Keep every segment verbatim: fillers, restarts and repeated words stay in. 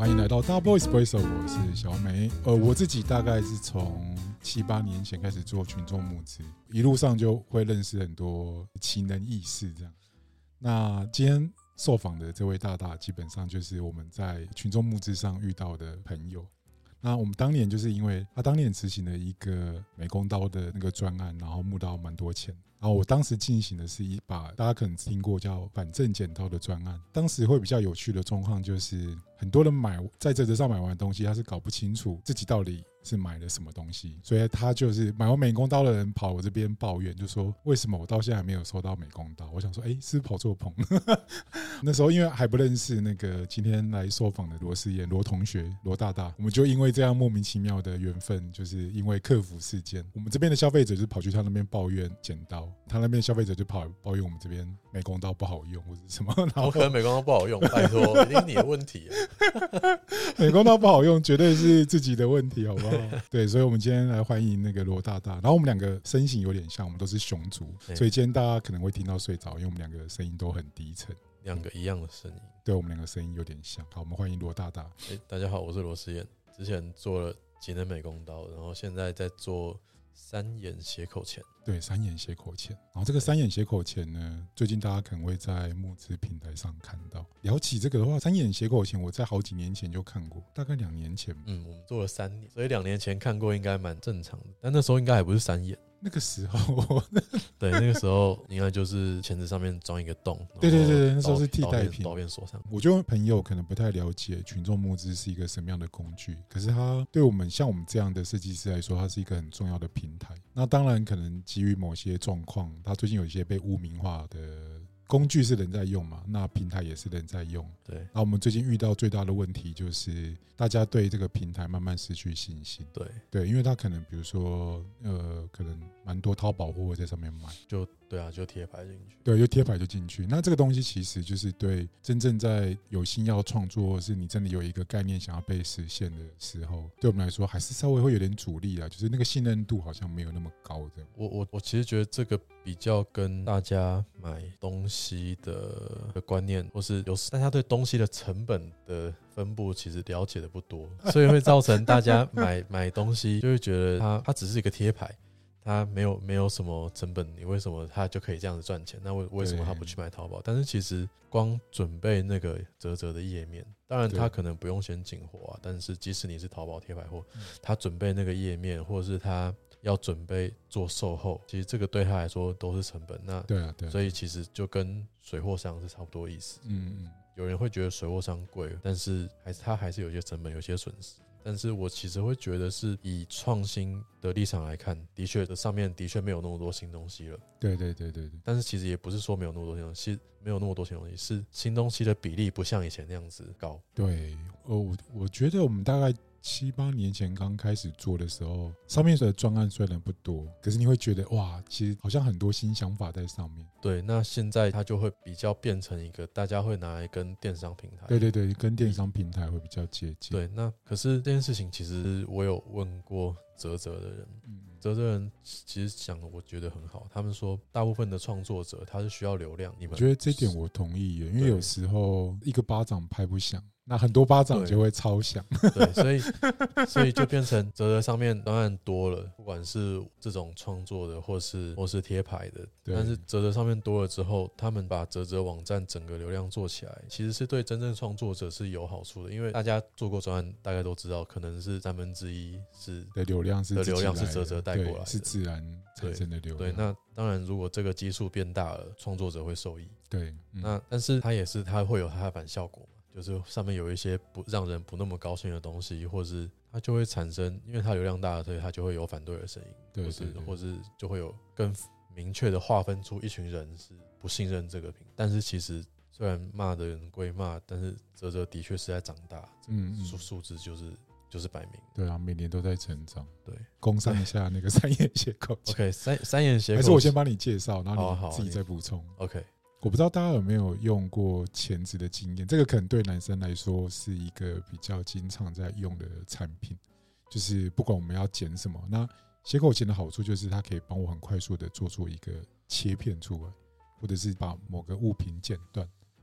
欢迎来到 Double Espresso， 我是小美。呃，我自己大概是从七八年前开始做群众募资，一路上就会认识很多奇能异事这样。那今天受访的这位大大，基本上就是我们在群众募资上遇到的朋友。那我们当年就是因为他当年执行了一个美工刀的那个专案，然后募到蛮多钱。然后我当时进行的是一把大家可能听过叫反正剪刀的专案。当时会比较有趣的状况就是，很多人买在折折上买完的东西，他是搞不清楚自己到底是买了什么东西，所以他就是买完美工刀的人跑我这边抱怨，就说为什么我到现在还没有收到美工刀？我想说，哎、欸，是不是跑错棚？那时候因为还不认识那个今天来受访的罗思妍罗同学罗大大，我们就因为这样莫名其妙的缘分，就是因为客服事件，我们这边的消费者就跑去他那边抱怨剪刀，他那边的消费者就跑抱怨我们这边美工刀不好用或者什么。然后可能美工刀不好用，拜托，一定是你的问题、啊。 美工刀不好用，绝对是自己的问题，好不好？对，所以我们今天来欢迎那个罗大大。然后我们两个身形有点像，我们都是熊族，所以今天大家可能会听到睡着，因为我们两个声音都很低沉， 两个一样的声音。 对，我们两个声音有点像。好，我们欢迎罗大大。 欸、大家好，我是罗思妍，之前做了节能美工刀，然后现在在做三眼斜口钳。 对，三眼斜口钳。然后这个三眼斜口钳呢，最近大家可能会在募资平台上看到。聊起这个的话，三眼斜口钳我在好几年前就看过，大概两年前。 嗯，我们做了三年，所以两年前看过应该蛮正常的。但那时候应该还不是三眼。 那个时候， 对，那个时候应该就是钳子上面装一个洞。 对对对，那时候是替代品， 刀片锁上。 我觉得朋友可能不太了解群众募资是一个什么样的工具，可是它对我们像我们这样的设计师来说，它是一个很重要的平台。那当然，可能基于某些状况，它最近有一些被污名化的工具是人在用嘛，那平台也是人在用。 对， 那我们最近遇到最大的问题就是大家对这个平台慢慢失去信心。 对对，因为它可能比如说呃，可能蛮多淘宝货在上面买， 就对啊，就贴牌进去。 对，就贴牌就进去。那这个东西其实就是对真正在有心要创作，或是你真的有一个概念想要被实现的时候，对我们来说还是稍微会有点阻力啦，就是那个信任度好像没有那么高的。 我我我其实觉得这个比较跟大家买东西的观念，或是有大家对东西的成本的分布其实了解的不多，所以会造成大家买买东西就会觉得它它只是一个贴牌，它没有没有什么成本，你为什么它就可以这样子赚钱？那为为什么他不去买淘宝？但是其实光准备那个折折的页面，当然他可能不用先进货啊，但是即使你是淘宝贴牌货，他准备那个页面，或者是他要准备做售后，其实这个对他来说都是成本。那对啊，对啊， 所以其实就跟水货商是差不多意思。 嗯嗯， 有人会觉得水货商贵，但是还是他还是有些成本，有些损失。但是我其实会觉得是以创新的立场来看，的确的上面的确没有那么多新东西了。 对对对对对。 但是其实也不是说没有那么多新东西，没有那么多新东西，是新东西的比例不像以前那样子高。 对，我我觉得我们大概七八年前刚开始做的时候，上面的专案虽然不多，可是你会觉得哇，其实好像很多新想法在上面。 对，那现在它就会比较变成一个大家会拿来跟电商平台， 对对对，跟电商平台会比较接近。 对，那可是这件事情其实我有问过嘖嘖的人，嘖嘖人其实讲的我觉得很好，他们说大部分的创作者他是需要流量，你们我觉得这点我同意耶，因为有时候一个巴掌拍不响，那很多巴掌就会超响。 对，所以所以就变成嘖嘖上面当然多了，不管是这种创作的，或是或是贴牌的，但是嘖嘖上面多了之后，他们把嘖嘖网站整个流量做起来，其实是对真正创作者是有好处的，因为大家做过专案，大概都知道，可能是三分之一是的流量是的流量是嘖嘖带过来的， 是自然产生的流量。 对，那当然，如果这个基数变大了，创作者会受益。 对，嗯、 那但是它也是它会有它的反效果嘛，就是上面有一些不让人不那么高兴的东西，或是它就会产生，因为它流量大了，所以它就会有反对的声音， 对对对， 或是或是就会有更明确的划分出一群人是不信任这个平台。但是其实虽然骂的人归骂，但是嘖嘖的确是在长大，嗯嗯，数数字就是就是摆明。 对啊，每年都在成长。 对， 攻上一下那个三眼斜口钳。 OK， 三三眼斜口， 还是我先帮你介绍，然后你自己再补充。 OK。 我不知道大家有没有用过钳子的经验，这个可能对男生来说是一个比较经常在用的产品，就是不管我们要剪什么，那斜口钳的好处就是它可以帮我很快速的做出一个切片出来，或者是把某个物品剪断。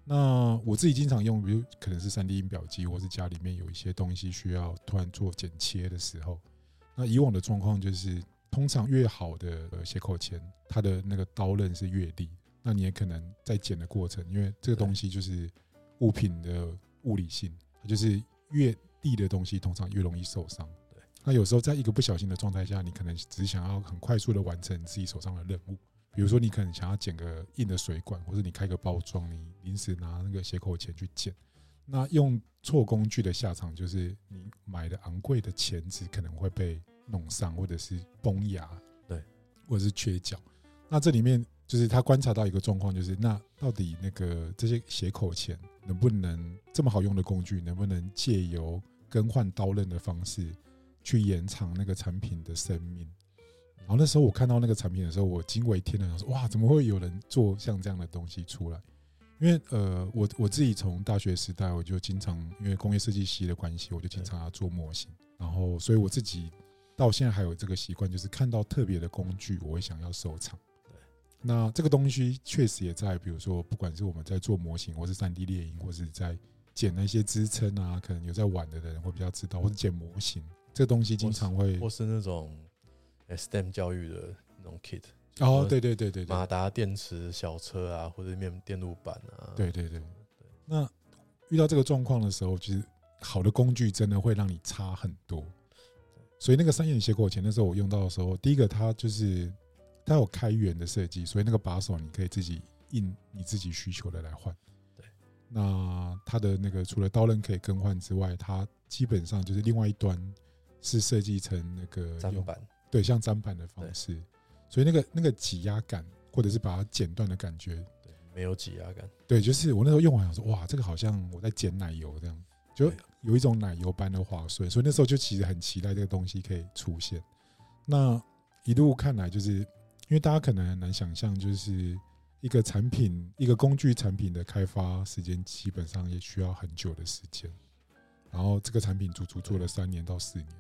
那我自己经常用，比如可能是 三 D 印表机，或是家里面有一些东西需要突然做剪切的时候，那以往的状况就是，通常越好的斜口钳，它的那个刀刃是越利，那你也可能在剪的过程，因为这个东西就是物品的物理性，它就是越利的东西通常越容易受伤。那有时候在一个不小心的状态下，你可能只想要很快速的完成自己手上的任务，比如说你可能想要剪个硬的水管，或者你开个包装，你临时拿那个斜口钳去剪，那用错工具的下场就是你买的昂贵的钳子可能会被弄伤，或者是崩牙， 对， 或者是缺角。那这里面就是他观察到一个状况，就是那到底那个这些斜口钳能不能这么好用的工具，能不能借由更换刀刃的方式去延长那个产品的生命？然后那时候我看到那个产品的时候，我惊为天人，说哇，怎么会有人做像这样的东西出来？因为呃，我我自己从大学时代我就经常因为工业设计系的关系，我就经常要做模型，然后所以我自己到现在还有这个习惯，就是看到特别的工具，我会想要收藏。那这个东西确实也在，比如说不管是我们在做模型，或是 三 D 列印，或是在剪那些支撑啊，可能有在玩的人会比较知道，或是剪模型，这个东西经常会， 或是那种 S T E M 教育的那种 kit。 哦，对对对对， 马达电池小车啊，或者面电路板啊， 对对对。那遇到这个状况的时候，其实好的工具真的会让你差很多。所以那个三眼斜口钳那时候我用到的时候，第一个它就是它有开源的设计，所以那个把手你可以自己印你自己需求的来换。 对， 那它的那个除了刀刃可以更换之外，它基本上就是另外一端是设计成那个砧板， 对，像砧板的方式。所以那个那个挤压感，或者是把它剪断的感觉， 对，没有挤压感。 对，就是我那时候用完，我说哇，这个好像我在剪奶油这样，就有一种奶油般的滑顺。所以那时候就其实很期待这个东西可以出现。那一路看来，就是因为大家可能很难想象，就是一个产品、一个工具产品的开发时间，基本上也需要很久的时间。然后这个产品足足做了三年到四年，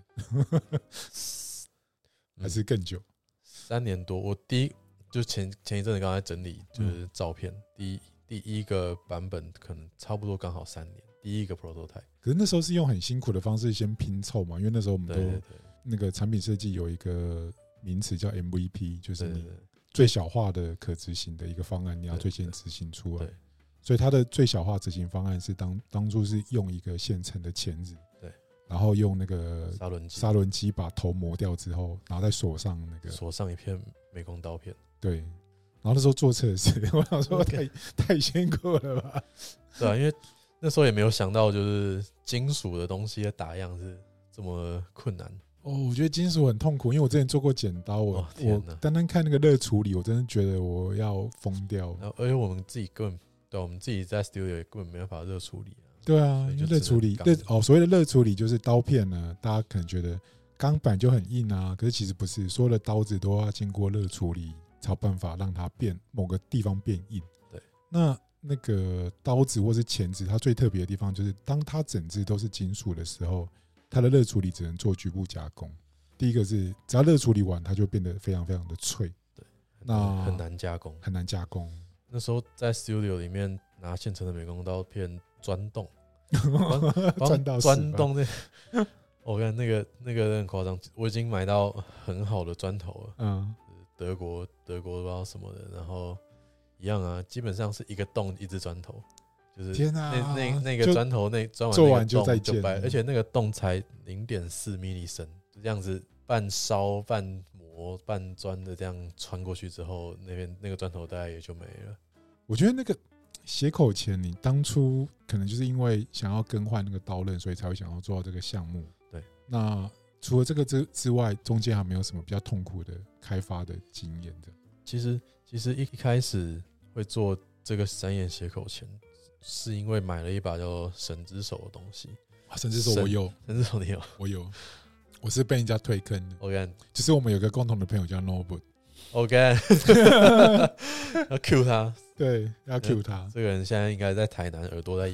还是更久。 三年多，我第一就前前一阵子刚才整理就是照片，嗯、第一第一个版本可能差不多刚好三年，第一个 prototype。 可是那时候是用很辛苦的方式先拼凑嘛，因为那时候我们都对对对那个产品设计有一个名词叫 M V P， 就是你最小化的可执行的一个方案，你要最先执行出来。所以它的最小化执行方案是当当初是用一个现成的钳子。然后用那个砂轮机， 砂轮机把头磨掉之后，然后再锁上那个锁上一片美工刀片。 对，然后那时候做测试，我想说太太辛苦了吧？ 对啊，因为那时候也没有想到，就是金属的东西的打样是这么困难。 哦，我觉得金属很痛苦，因为我之前做过剪刀，我、哦、我单单看那个热处理，我真的觉得我要疯掉。 而且我们自己根本，对，我们自己在 studio 也根本没办法热处理。 对啊，因为热处理热哦，所谓的热处理就是刀片呢，大家可能觉得钢板就很硬啊，可是其实不是，所有的刀子都要经过热处理，才有办法让它变某个地方变硬。 对， 那那个刀子或是钳子，它最特别的地方就是，当它整只都是金属的时候，它的热处理只能做局部加工。第一个是，只要热处理完，它就变得非常非常的脆。 对， 那很难加工， 很难加工。 那时候在 studio 里面拿现成的美工刀片钻洞。 钻到钻洞那，我看那个那个很夸张，我已经买到很好的砖头了，嗯，德国德国不知道什么的，然后一样啊，基本上是一个洞一只砖头，就是天啊， 那那那个砖头那钻完做完就再见， 而且那个洞才零点四毫米深，就这样子半烧半磨半钻的这样穿过去之后，那边那个砖头大概也就没了。 我觉得那个斜口钳，你当初可能就是因为想要更换那个刀刃，所以才会想要做到这个项目。 对， 那除了这个之之外，中间还没有什么比较痛苦的开发的经验的。 其实，其实一开始会做这个三眼斜口钳，是因为买了一把叫神之手的东西。 啊，神之手我有， 神之手你有？ 我有，我是被人家推坑的。 OK， 就是我们有个共同的朋友叫 Norbert。OK， 要 cue 他。 对，要 cue 他。 这个人现在应该在台南耳朵在痒。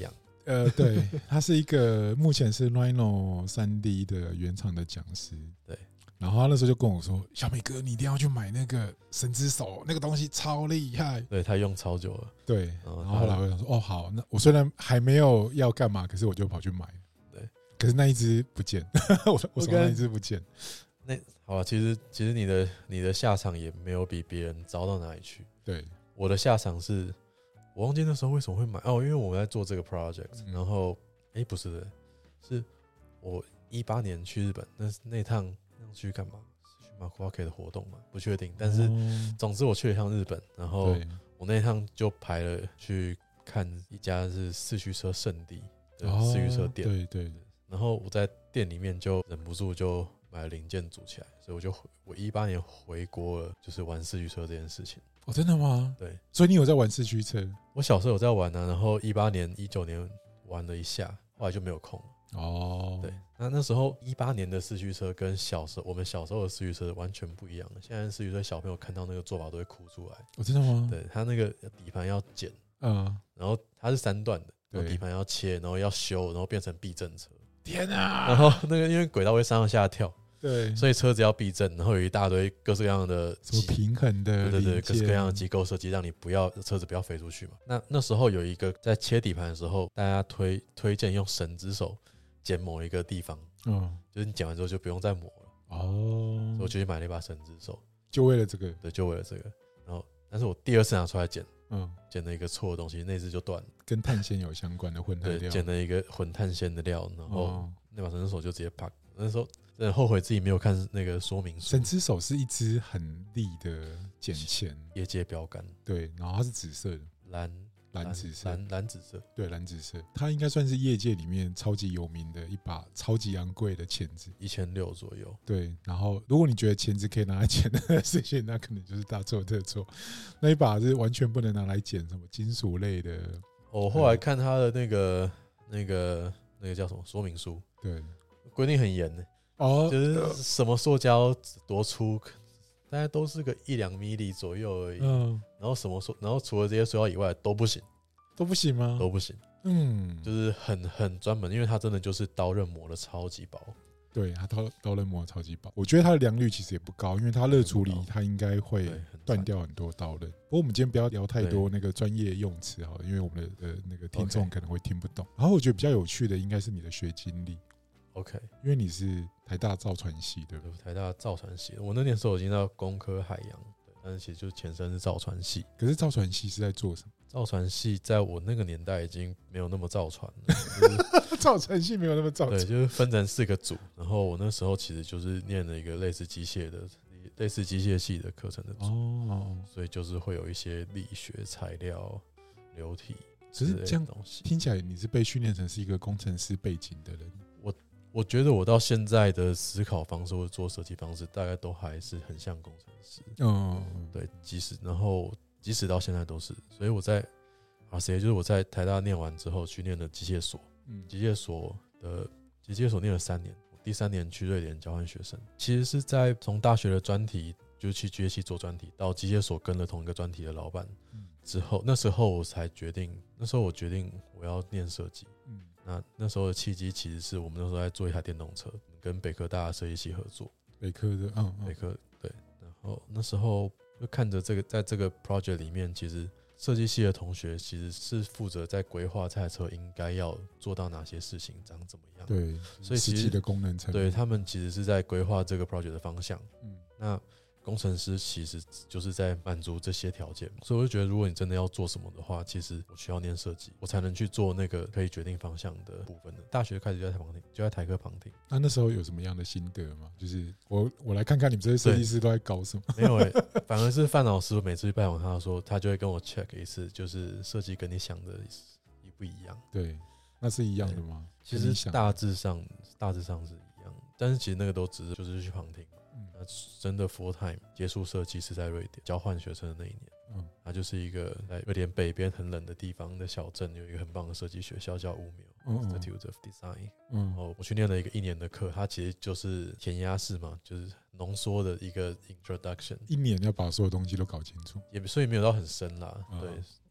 呃，对，他是一个目前是 Rhino 三 D 的原厂的讲师。 对， 然后他那时候就跟我说：“小美哥，你一定要去买那个神之手，那个东西超厉害。” 对他用超久了。 对，然后后来我想说：“哦，好，那我虽然还没有要干嘛，可是我就跑去买。” 对， 可是那一只不见，我我手上那一只不见。 那好了，其实其实你的你的下场也没有比别人糟到哪里去。 对， 我的下场是。我忘记那时候为什么会买哦，因为我们在做这个 project，、嗯、然后哎、欸、不是的，是我一八年去日本，那那趟那去干嘛？是去马库瓦 K 的活动嘛？不确定，但是、哦、总之我去了一趟日本，然后我那趟就排了去看一家是四驱车圣地的四驱车店， 哦、对对， 然后我在店里面就忍不住就买了零件组起来，所以我就我一八年回国了，就是玩四驱车这件事情。 哦，真的吗？ 对， 所以你有在玩四驱车？ 我小时候有在玩啊，然后一八年、一九年玩了一下，后来就没有空了。 哦， 对，那那时候一八年的四驱车跟小时候我们小时候的四驱车完全不一样的。现在四驱车小朋友看到那个做法都会哭出来。 哦，真的吗？ 对，它那个底盘要剪， 嗯， 然后它是三段的，然后底盘要切，然后要修，然后变成避震车。 天啊！ 然后那个因为轨道会上下跳。 对， 所以车子要避震，然后有一大堆各式各样的什么平衡的， 对对对，各式各样的机构设计，让你不要车子不要飞出去嘛。那那时候有一个在切底盘的时候，大家推推荐用绳之手剪某一个地方，嗯，就是你剪完之后就不用再磨了。哦，所以我就去买了一把绳之手， 就为了这个， 对，就为了这个。然后，但是我第二次拿出来剪，嗯，剪了一个错的东西，那只就断了， 跟碳纤有相关的混合料， 对，剪了一个混碳纤的料，然后那把绳之手就直接啪，那时候。真的后悔自己没有看那个说明书。 神之手是一支很利的剪钳， 业界标杆。 对，然后它是紫色的， 蓝蓝紫色， 蓝蓝紫色， 对，蓝紫色。它应该算是业界里面超级有名的一把超级昂贵的钳子， 一千六左右。 对，然后如果你觉得钳子可以拿来剪的事情，那可能就是大错特错。那一把是完全不能拿来剪什么金属类的。 我后来看它的那个那个那个叫什么说明书， 对， 规定很严的。哦，就是什么塑胶多粗，大概都是个一两米里左右而已。嗯，然后什么塑，然后除了这些塑料以外都不行， 都不行吗？ 都不行。嗯，就是很很专门，因为它真的就是刀刃磨的超级薄。 对，它刀刀刃磨的超级薄。我觉得它的良率其实也不高，因为它热处理它应该会断掉很多刀刃。不过我们今天不要聊太多那个专业用词好了，因为我们的呃那个听众可能会听不懂。然后我觉得比较有趣的应该是你的学经历。 OK， 因为你是台大造船系，对不对？ 台大造船系，我那年时候已经到工科海洋，对，但是其实就是前身是造船系。 可是造船系是在做什么？ 造船系在我那个年代已经没有那么造船了，就是、造船系没有那么造船， 对，就是分成四个组。然后我那时候其实就是念了一个类似机械的、类似机械系的课程的组，哦，所以就是会有一些力学、材料、流体之类的东西。 听起来你是被训练成是一个工程师背景的人。 我觉得我到现在的思考方式或者做设计方式，大概都还是很像工程师。嗯，对，即使然后即使到现在都是，所以我在啊，谁就是我在台大念完之后去念了机械所，嗯，机械所的机械所念了三年，我第三年去瑞典交换学生，其实是在从大学的专题就是去机械系做专题，到机械所跟了同一个专题的老板之后，那时候我才决定，那时候我决定我要念设计。嗯，那那时候的契机其实是我们那时候在做一台电动车，跟北科大设计系合作。 北科的，嗯， 北科对。然后那时候就看着这个，在这个 project 里面，其实设计系的同学其实是负责在规划这台车应该要做到哪些事情，长怎么样。 对，所以实际的功能层面， 对他们其实是在规划这个 project 的方向。嗯，那工程师其实就是在满足这些条件，所以我就觉得，如果你真的要做什么的话，其实我需要念设计，我才能去做那个可以决定方向的部分的。大学开始就在旁听，就在台科旁听。 那那时候有什么样的心得吗？就是我我来看看你们这些设计师都在搞什么？ 没有诶、欸，反而是范老师，每次去拜访他的时候，他就会跟我 check 一次，就是设计跟你想的一不一样？ 对，那是一样的吗？ 其实大致上大致上是一样，但是其实那个都只是就是去旁听。那真的 full time 接触设计是在瑞典交换学生的那一年，嗯，它就是一个在瑞典北边很冷的地方的小镇，有一个很棒的设计学校叫乌苗 Institute of Design，嗯，然后我去念了一个一年的课，它其实就是填鸭式嘛，就是浓缩的一个 introduction， 一年要把所有东西都搞清楚， 也所以没有到很深啦，嗯、对。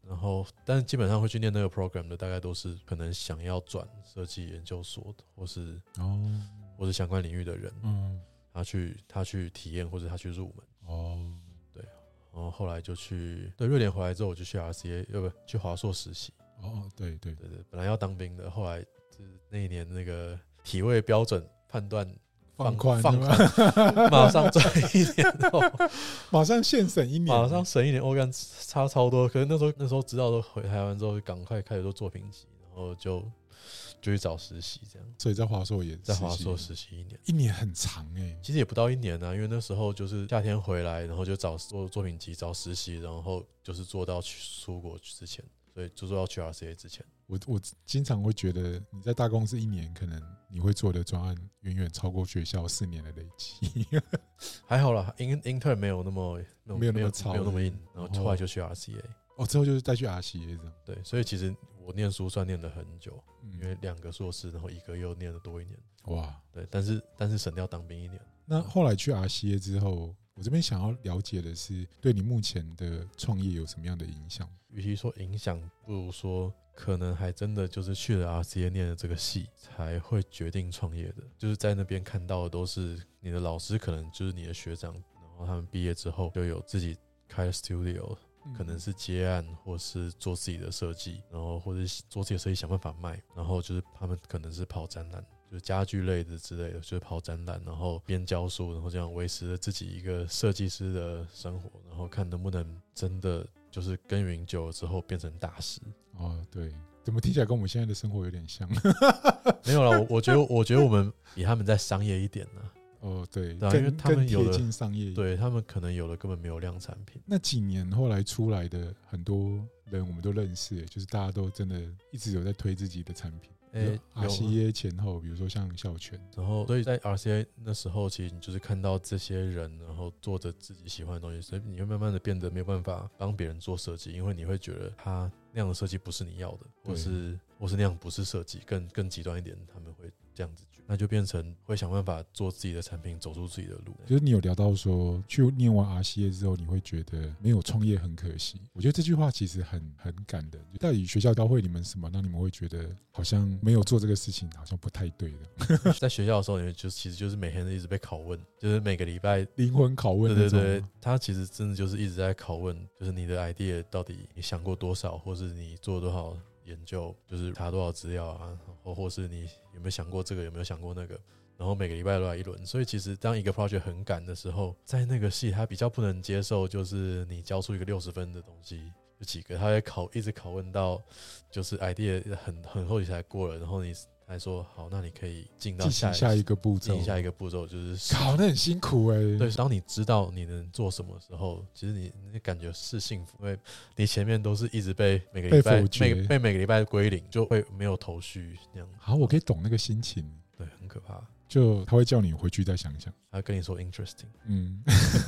然后但是基本上会去念那个 program 的，大概都是可能想要转设计研究所的，或是哦，或是相关领域的人，嗯，他去他去体验或者他去入门，哦，对，然后后来就去对瑞典回来之后，我就去 R C A， 要不去华硕实习， 哦，对对对对，本来要当兵的，后来就是那一年那个体位标准判断。 放宽， 放宽，马上赚一年后， 马上现省一年， 马上省一年，我感差超多。可是那时候那时候知道都回台湾之后，赶快开始做作品集，然后就就去找实习，这样。 所以在华硕也在华硕实习一年， 一年很长哎、欸， 其实也不到一年啊，因为那时候就是夏天回来，然后就找做作品集，找实习，然后就是做到去出国之前。所以就做到去 R C A 之前， 我我经常会觉得你在大公司一年，可能你会做的专案远远超过学校四年的累积。 还好啦 ，intern 没有那么没有那么超， 没有那么硬，然后后来就去 R C A。 哦，之后就是再去 R C A 这样。 对，所以其实我念书算念了很久，嗯、因为两个硕士，然后一个又念了多一年。哇，对，但是但是省掉当兵一年。 那后来去 R C A 之后，我这边想要了解的是，对你目前的创业有什么样的影响？ 与其说影响，不如说可能还真的就是去了 R C A 念了这个系，才会决定创业的。就是在那边看到的都是你的老师，可能就是你的学长，然后他们毕业之后就有自己开 studio， 可能是接案，或是做自己的设计，然后或者是做自己的设计想办法卖，然后就是他们可能是跑展览。就是家具类的之类的，就是跑展览，然后边教书，然后这样维持了自己一个设计师的生活，然后看能不能真的就是耕耘久了之后变成大师。 哦，对，怎么听起来跟我们现在的生活有点像？ 没有啦，我我觉得我觉得我们比他们再商业一点呢。 哦，对， 对、啊，因为他们有的商业， 对他们可能有的根本没有量产品。 那几年后来出来的很多人，我们都认识，就是大家都真的一直有在推自己的产品。欸、R C A 前后，比如说像孝全， 然后所以在 R C A 那时候，其实你就是看到这些人，然后做着自己喜欢的东西，所以你会慢慢的变得没有办法帮别人做设计，因为你会觉得他那样的设计不是你要的，或是或是那样不是设计，更更极端一点，他们会这样子觉得，那就变成会想办法做自己的产品，走出自己的路。 就是你有聊到说，去念完 R C A 之后，你会觉得没有创业很可惜。我觉得这句话其实很很感人。到底学校教会你们什么，让你们会觉得好像没有做这个事情，好像不太对的？ 在学校的时候，你就其实就是每天都一直被拷问，就是每个礼拜灵魂拷问。 对对对，他其实真的就是一直在拷问，就是你的 idea 到底你想过多少，或是你做了多少研究，就是查多少资料啊，或或是你有没有想过这个，有没有想过那个。然后每个礼拜都来一轮，所以其实当一个 project 很赶的时候，在那个系他比较不能接受，就是你交出一个六十分的东西，有几个他会考一直拷问到，就是 idea 很很后期才过了，然后你才说好，那你可以进到下下一个步骤， 进下一个步骤就是考，那很辛苦哎、欸。 对，当你知道你能做什么的时候，其实你你感觉是幸福，因为你前面都是一直被每个礼拜被被每个礼拜归零，就会没有头绪那样。 好，我可以懂那个心情， 对，很可怕。 就他会叫你回去再想想， 他会跟你说 interesting， 嗯，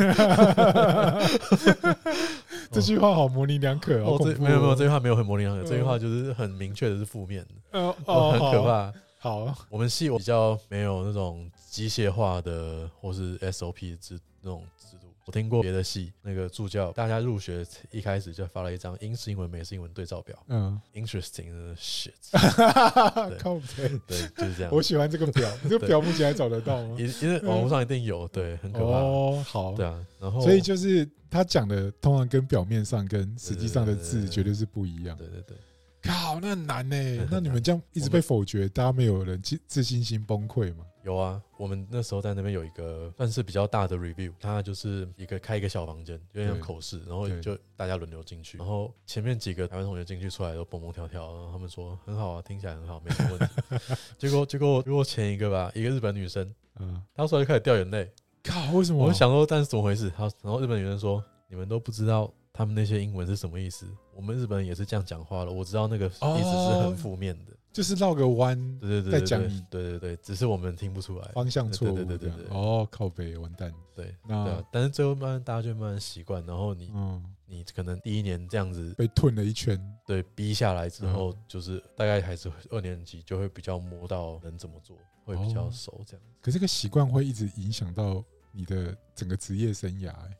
这句话好模棱两可哦。 哦，没有没有，这句话没有很模棱两可，这句话就是很明确的是负面的， 哦哦，很可怕。 好， 我们系比较没有那种机械化的或是 S O P 制那种制度。我听过别的系那个助教，大家入学一开始就发了一张英式英文、美式英文对照表，嗯 ，interesting 的 shit， 靠北， 对，就是这样。 我喜欢这个表，这个表目前还找得到吗？ 因为网络上一定有，对，很可怕。 哦，好， 对啊，然后所以就是他讲的，通常跟表面上跟实际上的字绝对是不一样。 对对对。 靠，那很难呢、欸。那你们这样一直被否决，大家没有人自信心崩溃吗？ 有啊，我们那时候在那边有一个算是比较大的 review， 它就是一个开一个小房间，有点像口试，然后就大家轮流进去，然后前面几个台湾同学进去出来都蹦蹦跳跳，然后他们说很好啊，听起来很好，没什么问题。结果结果结果前一个吧，一个日本女生，嗯，她出来就开始掉眼泪。 靠，为什么？ 我想说，但是怎么回事？然后日本女生说，你们都不知道他们那些英文是什么意思。我们日本人也是这样讲话的，我知道那个意思是很负面的，哦、 就是绕个弯， 对对对， 在讲你， 对对对，只是我们听不出来， 方向错误， 对对对对对， 哦，靠北，完蛋， 对，那对、啊、但是最后慢慢大家就慢慢习惯，然后你，嗯，你可能第一年这样子被吞了一圈， 对，逼下来之后，嗯、就是大概还是二年级就会比较摸到能怎么做，会比较熟这样。 哦、可是这个习惯会一直影响到你的整个职业生涯、欸。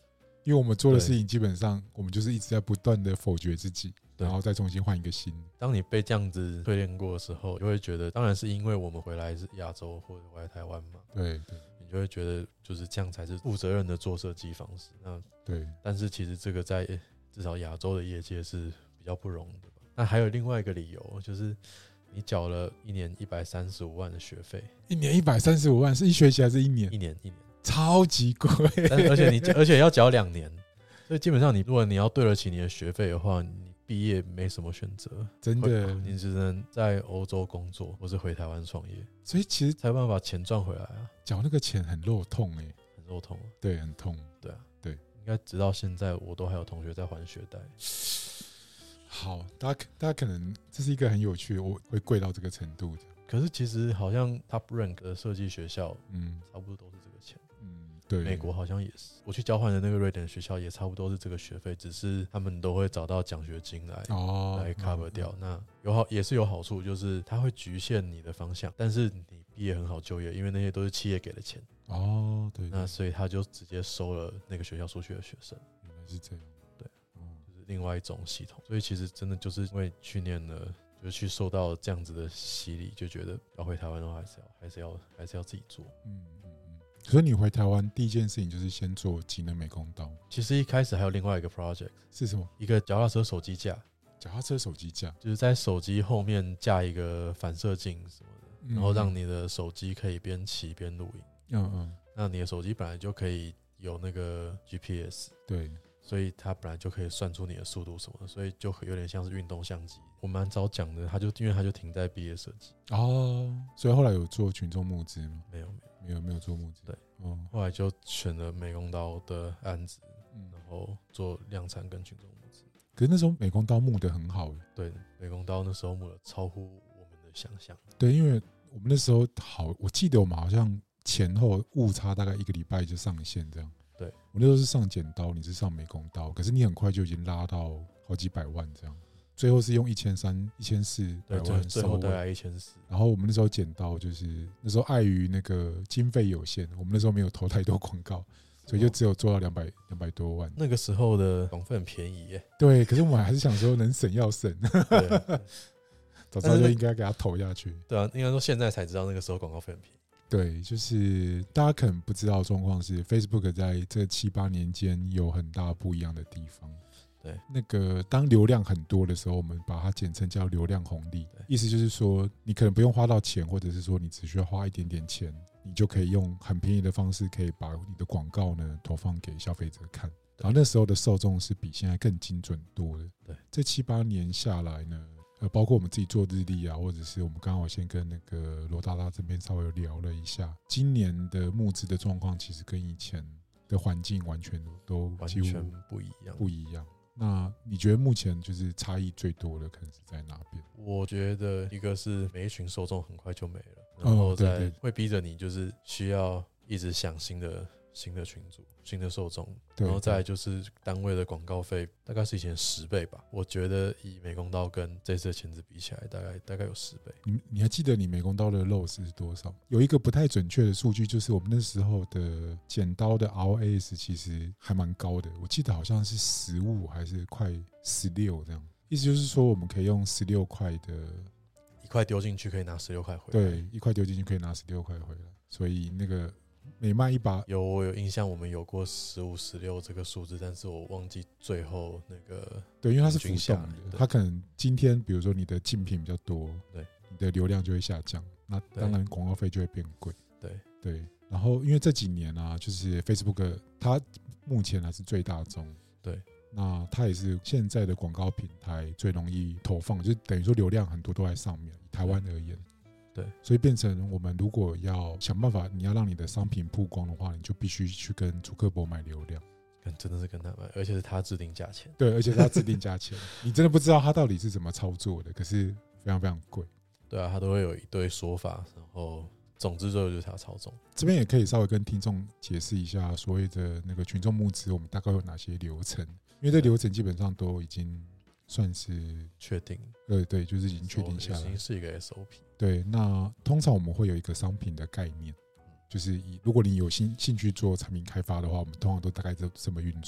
因为我们做的事情基本上我们就是一直在不断的否决自己，然后再重新换一个新的。 当你被这样子淬炼过的时候，就会觉得，当然是因为我们回来是亚洲或者回来台湾嘛， 对对， 你就会觉得就是这样才是负责任的做设计方式。那对， 但是其实这个在至少亚洲的业界是比较不容易的吧。那还有另外一个理由就是。你缴了一年一百三十五万的学费， 一年一百三十五万是一学期还是一年？ 一年一年， 超级贵。 而且你而且要缴两年，所以基本上你如果你要对得起你的学费的话，你毕业没什么选择， 真的， 你只能在欧洲工作或是回台湾创业。 所以其实才有办法钱赚回来啊。 缴那个钱很肉痛哎、欸， 很肉痛、啊， 对，很痛， 对啊， 对， 应该直到现在我都还有同学在还学贷。 好，大家大家可能这是一个很有趣的，我会贵到这个程度的。 可是其实好像 top rank 的设计学校， 嗯， 差不多都是这个钱。 嗯，对， 美国好像也是。我去交换的那个瑞典学校也差不多是这个学费，只是他们都会找到奖学金来、哦、来 cover 掉。嗯、那有好也是有好处，就是它会局限你的方向，但是你毕业很好就业，因为那些都是企业给的钱。 哦，对， 对， 那所以他就直接收了那个学校出去的学生。 原来是这样。 另外一种系统，所以其实真的就是因为去年呢，就是去受到这样子的洗礼，就觉得要回台湾的话，还是要还是要还是要自己做。 嗯嗯嗯。所以你回台湾第一件事情就是先做机能美工刀。 其实一开始还有另外一个 project 是什么？ 一个脚踏车手机架。 脚踏车手机架就是在手机后面架一个反射镜什么的，嗯、然后让你的手机可以边骑边录影。嗯嗯。那你的手机本来就可以有那个 G P S。 对。 所以它本来就可以算出你的速度什么的，所以就有点像是运动相机。我蛮早讲的，它就因为它就停在毕业设计哦，所以后来有做群众募资吗？ 没有， 没有，没有做募资。 对，哦，后来就选了美工刀的案子，嗯、然后做量产跟群众募资。 可是那时候美工刀募得很好， 对，美工刀那时候募的超乎我们的想象。 对，因为我们那时候好，我记得我们好像前后误差大概一个礼拜就上线这样。 对， 我那时候是上剪刀，你是上美工刀，可是你很快就已经拉到好几百万这样，最后是用一千三、一千四百万收尾， 最后大概一千四。 然后我们那时候剪刀就是那时候碍于那个经费有限，我们那时候没有投太多广告，所以就只有做到两百两百多万。 那个时候的广告很便宜耶。 对，可是我们还是想说能省要省，早知道就应该给他投下去。 对啊，应该说现在才知道那个时候广告费很便宜。 对，就是大家可能不知道的状况是 ，Facebook 在这七八年间有很大不一样的地方。 对， 那个当流量很多的时候，我们把它简称叫流量红利，意思就是说，你可能不用花到钱，或者是说你只需要花一点点钱，你就可以用很便宜的方式，可以把你的广告呢投放给消费者看。然后那时候的受众是比现在更精准多的。 对， 这七八年下来呢。呃，包括我们自己做日历啊，或者是我们刚好先跟那个罗大大这边稍微聊了一下，今年的募资的状况其实跟以前的环境完全都几乎完全不一样， 不一样。那你觉得目前就是差异最多的可能是在哪边？ 我觉得一个是每一群受众很快就没了，然后再会逼着你就是需要一直想新的。新的群组、新的受众，然后再来就是单位的广告费，大概是以前十倍吧。我觉得以美工刀跟这次的钳子比起来，大概大概有十倍。 你你还记得你美工刀的肉是多少？有一个不太准确的数据，就是我们那时候的剪刀的 R O A S 其实还蛮高的，我记得好像是十五还是快十六这样。意思就是说，我们可以用十六块的一块丢进去，可以拿十六块回来。 对，一块丢进去可以拿十六块回来，所以那个。每卖一把有我有印象，我们有过十五、十六这个数字，但是我忘记最后那个对，因为它是浮动的，它可能今天比如说你的竞品比较多， 对， 你的流量就会下降，那当然广告费就会变贵， 对对。然后因为这几年啊，就是 Facebook 它目前还是最大宗， 对， 那它也是现在的广告平台最容易投放，就等于说流量很多都在上面。以台湾而言。 对， 所以变成我们如果要想办法，你要让你的商品曝光的话，你就必须去跟祖克伯买流量， 真的是跟他买，而且是他制定价钱。 对，而且是他制定价钱，你真的不知道他到底是怎么操作的，可是非常非常贵。 对啊，他都会有一堆说法，然后总之最后就是他操纵。 这边也可以稍微跟听众解释一下所谓的那个群众募资，我们大概有哪些流程，因为这流程基本上都已经算是确定， 对对，就是已经确定下来， 已经是一个 S O P。 对，那通常我们会有一个商品的概念，就是以如果你有兴兴趣做产品开发的话，我们通常都大概这这么运作。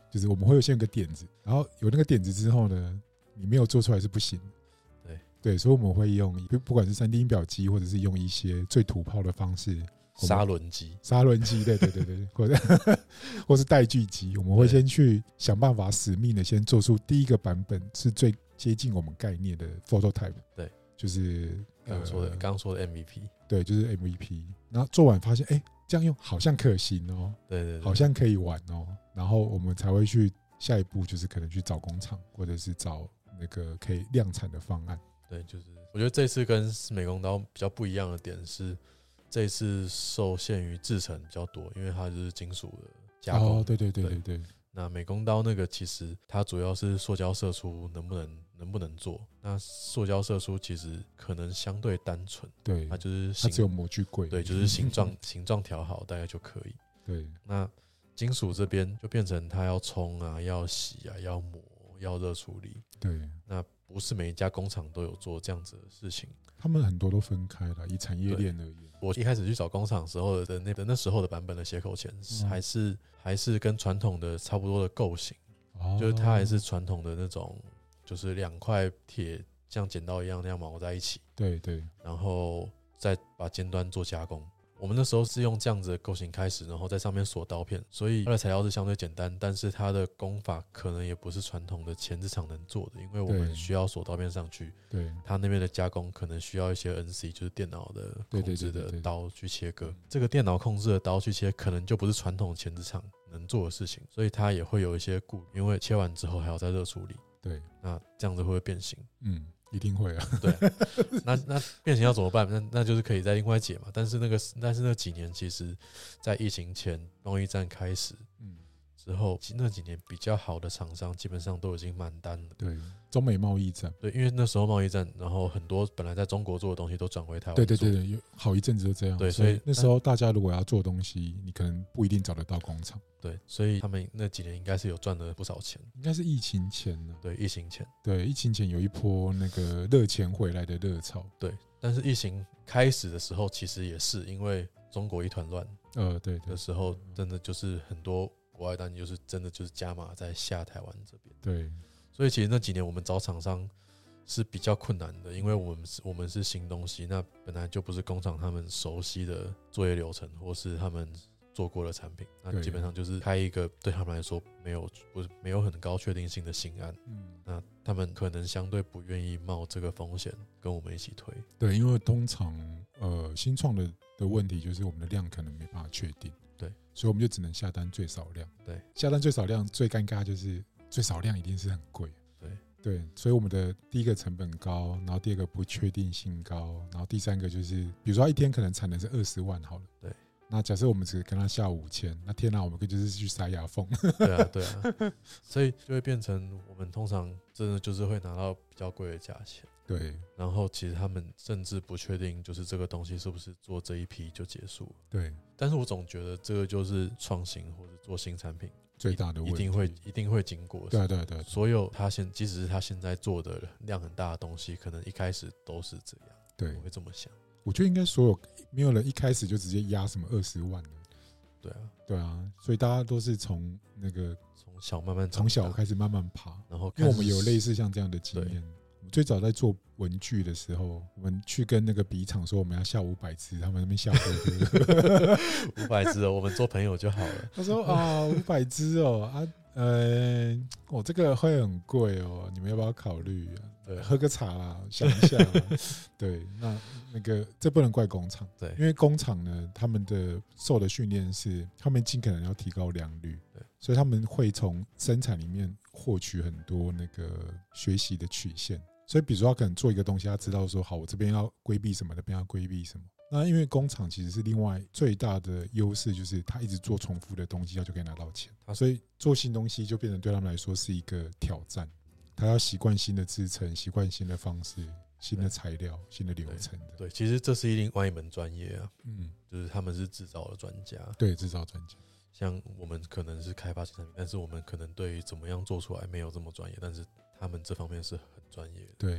就是我们会有先有个点子，然后有那个点子之后呢，你没有做出来是不行的。 对对，所以我们会用不管是 三 D 印表机，或者是用一些最土炮的方式， 砂轮机， 砂轮机，对对对对，或者或是带锯机，我们会先去想办法死命的先做出第一个版本是最接近我们概念的 prototype。 对， 就是刚刚说的，刚刚说的 M V P。 对，就是 M V P。然后做完发现，哎、欸，这样用好像可行哦， 对对对， 好像可以玩哦。然后我们才会去下一步，就是可能去找工厂，或者是找那个可以量产的方案。 对，就是我觉得这次跟美工刀比较不一样的点是，这一次受限于制程比较多，因为它就是金属的加工。 哦，对对对对 对, 对。 那美工刀那个其实它主要是塑胶射出能不能能不能做？那塑胶射出其实可能相对单纯， 对， 它就是它只有模具柜， 对，就是形状形状调好大概就可以。 对， 那金属这边就变成它要冲啊、要洗啊、要磨、要热处理。 对， 那不是每一家工厂都有做这样子的事情， 他们很多都分开了，以产业链而言。 我一开始去找工厂时候的那的那时候的版本的斜口钳，嗯、还是还是跟传统的差不多的构型，哦、就是它还是传统的那种，就是两块铁像剪刀一样那样铆在一起， 对对， 然后再把尖端做加工。我们那时候是用这样子的构型开始，然后在上面锁刀片，所以它的材料是相对简单，但是它的工法可能也不是传统的钳子厂能做的，因为我们需要锁刀片上去， 对， 它那边的加工可能需要一些 N C， 就是电脑的控制的刀去切割，这个电脑控制的刀去切，可能就不是传统钳子厂能做的事情，所以它也会有一些顾虑，因为切完之后还要再热处理， 对， 那这样子会不会变形？ 嗯。一定会啊， 对，那那变形要怎么办？那那就是可以再另外解嘛。但是那个，但是那几年其实，在疫情前贸易战开始，嗯，之后那几年比较好的厂商基本上都已经满单了。 对，中美贸易战， 对，因为那时候贸易战，然后很多本来在中国做的东西都转回台湾。 对对对对，有好一阵子都这样。 对， 所以那时候大家如果要做东西，你可能不一定找得到工厂。 对，所以他们那几年应该是有赚了不少钱， 应该是疫情前呢。 对，疫情前， 对，疫情前有一波那个热钱回来的热潮。 对，但是疫情开始的时候，其实也是因为中国一团乱， 呃，对的时候，真的就是很多国外单就是真的就是加码在下台湾这边。 对， 所以其实那几年我们找厂商是比较困难的，因为我们是我们是新东西，那本来就不是工厂他们熟悉的作业流程，或是他们做过的产品，那基本上就是开一个对他们来说没有不是没有很高确定性的新案，嗯，那他们可能相对不愿意冒这个风险跟我们一起推。 对，因为通常呃新创的的问题就是我们的量可能没办法确定， 对， 所以我们就只能下单最少量。 对， 下单最少量最尴尬就是最少量一定是很贵。 对对，所以我们的第一个成本高，然后第二个不确定性高，然后第三个就是比如说他一天可能产能是二十万好了， 对。 那假设我们只跟他下五千，那天哪，我们就是去塞牙缝。 对啊，对啊，所以就会变成我们通常真的就是会拿到比较贵的价钱。 对， 然后其实他们甚至不确定，就是这个东西是不是做这一批就结束了。 对， 但是我总觉得这个就是创新或者做新产品最大的问题， 一定会一定会经过。 对对 对, 对， 所有他现即使是他现在做的量很大的东西，可能一开始都是这样。 对， 我会这么想。 我觉得应该所有没有人一开始就直接压什么二十万的， 对啊， 对啊，所以大家都是从那个从小慢慢从小开始慢慢爬， 然后因为我们有类似像这样的经验。最早在做文具的时候，我们去跟那个笔厂说我们要下五百支，他们那边下呵呵， 五百支哦，我们做朋友就好了。 他说啊，五百支哦啊，呃，我、哦、这个会很贵哦，你们要不要考虑啊？对，喝个茶啦，想一下、啊。对，那那个这不能怪工厂， 对， 因为工厂呢，他们的受的训练是，他们尽可能要提高良率， 对， 所以他们会从生产里面获取很多那个学习的曲线。所以，比如说，他可能做一个东西，他知道说，好，我这边要规避什么，那边要规避什么。那因为工厂其实是另外最大的优势，就是他一直做重复的东西，他就可以拿到钱。所以做新东西就变成对他们来说是一个挑战。他要习惯新的制程，习惯新的方式、新的材料、新的流程的。 对，其实这是另外一门专业啊。 嗯， 就是他们是制造的专家。 对，制造专家。 像我们可能是开发新产品，但是我们可能对于怎么样做出来没有这么专业，但是他们这方面是很专业的。 对，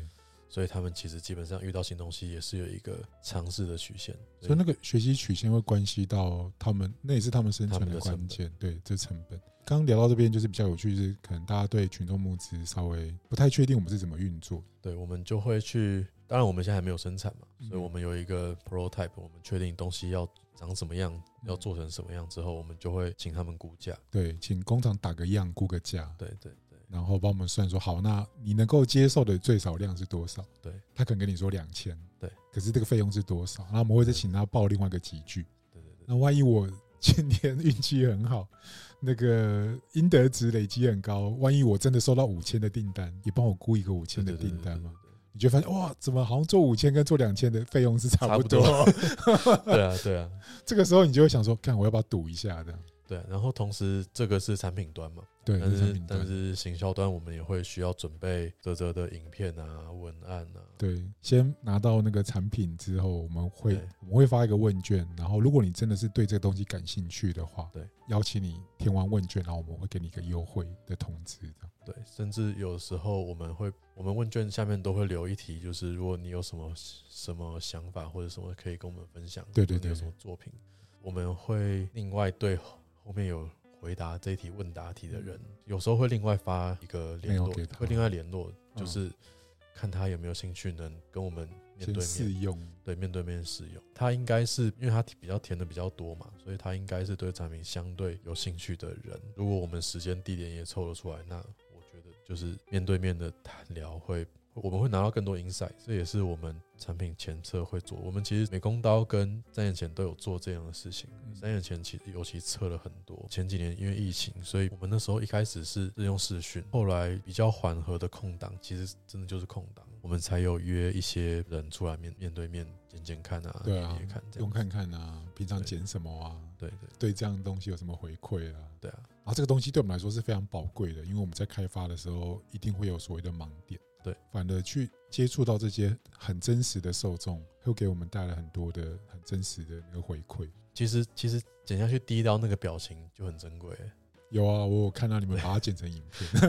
所以他们其实基本上遇到新东西也是有一个尝试的曲线， 所以那个学习曲线会关系到他们，那也是他们生存的关键。对，这成本。刚刚聊到这边就是比较有趣，就是可能大家对群众募资稍微不太确定我们是怎么运作。 对，我们就会去，当然我们现在还没有生产嘛，所以我们有一个 prototype， 我们确定东西要长什么样，要做成什么样之后，我们就会请他们估价。 对，请工厂打个样，估个价。 对对对， 然后帮我们算说，好，那你能够接受的最少量是多少？ 对， 他可能跟你说两千， 对， 可是这个费用是多少？然后我们会再请他报另外一个集聚。 对对对， 那万一我今年运气很好，那个应得值累积很高，万一我真的收到五千的订单，你帮我估一个五千的订单吗？你就发现哇，怎么好像做五千跟做两千的费用是差不多？ 对啊，对啊。 这个时候你就会想说，看我要不要赌一下这样？ 对，然后同时这个是产品端嘛， 对， 但是但是行销端我们也会需要准备嘖嘖的影片啊、文案啊。 对，先拿到那个产品之后，我们会我们会发一个问卷，然后如果你真的是对这个东西感兴趣的话， 对， 邀请你填完问卷，然后我们会给你一个优惠的通知，这样。 对，甚至有时候我们会，我们问卷下面都会留一题，就是如果你有什么什么想法或者什么可以跟我们分享， 对对对， 有什么作品，我们会另外对后面有回答这一题问答题的人，有时候会另外发一个联络，会另外联络，就是看他有没有兴趣能跟我们面对面试用， 对，面对面试用。他应该是因为他比较填的比较多嘛，所以他应该是对产品相对有兴趣的人。如果我们时间地点也凑得出来，那我觉得就是面对面的谈聊会。我们会拿到更多 insight， 这也是我们产品前测会做。我们其实美工刀跟三眼前都有做这样的事情。三眼前其实尤其测了很多。前几年因为疫情，所以我们那时候一开始是用视讯，后来比较缓和的空档，其实真的就是空档，我们才有约一些人出来面面对面剪剪看啊， 对啊， 看用看看啊，平常剪什么啊， 对对对，这样的东西有什么回馈啊？ 对啊， 然后这个东西对我们来说是非常宝贵的，因为我们在开发的时候一定会有所谓的盲点。 对， 反而去接触到这些很真实的受众，会给我们带来很多的很真实的那个回馈。 其实，其实剪下去第一刀那个表情就很珍贵。 有啊，我有看到你们把它剪成影片。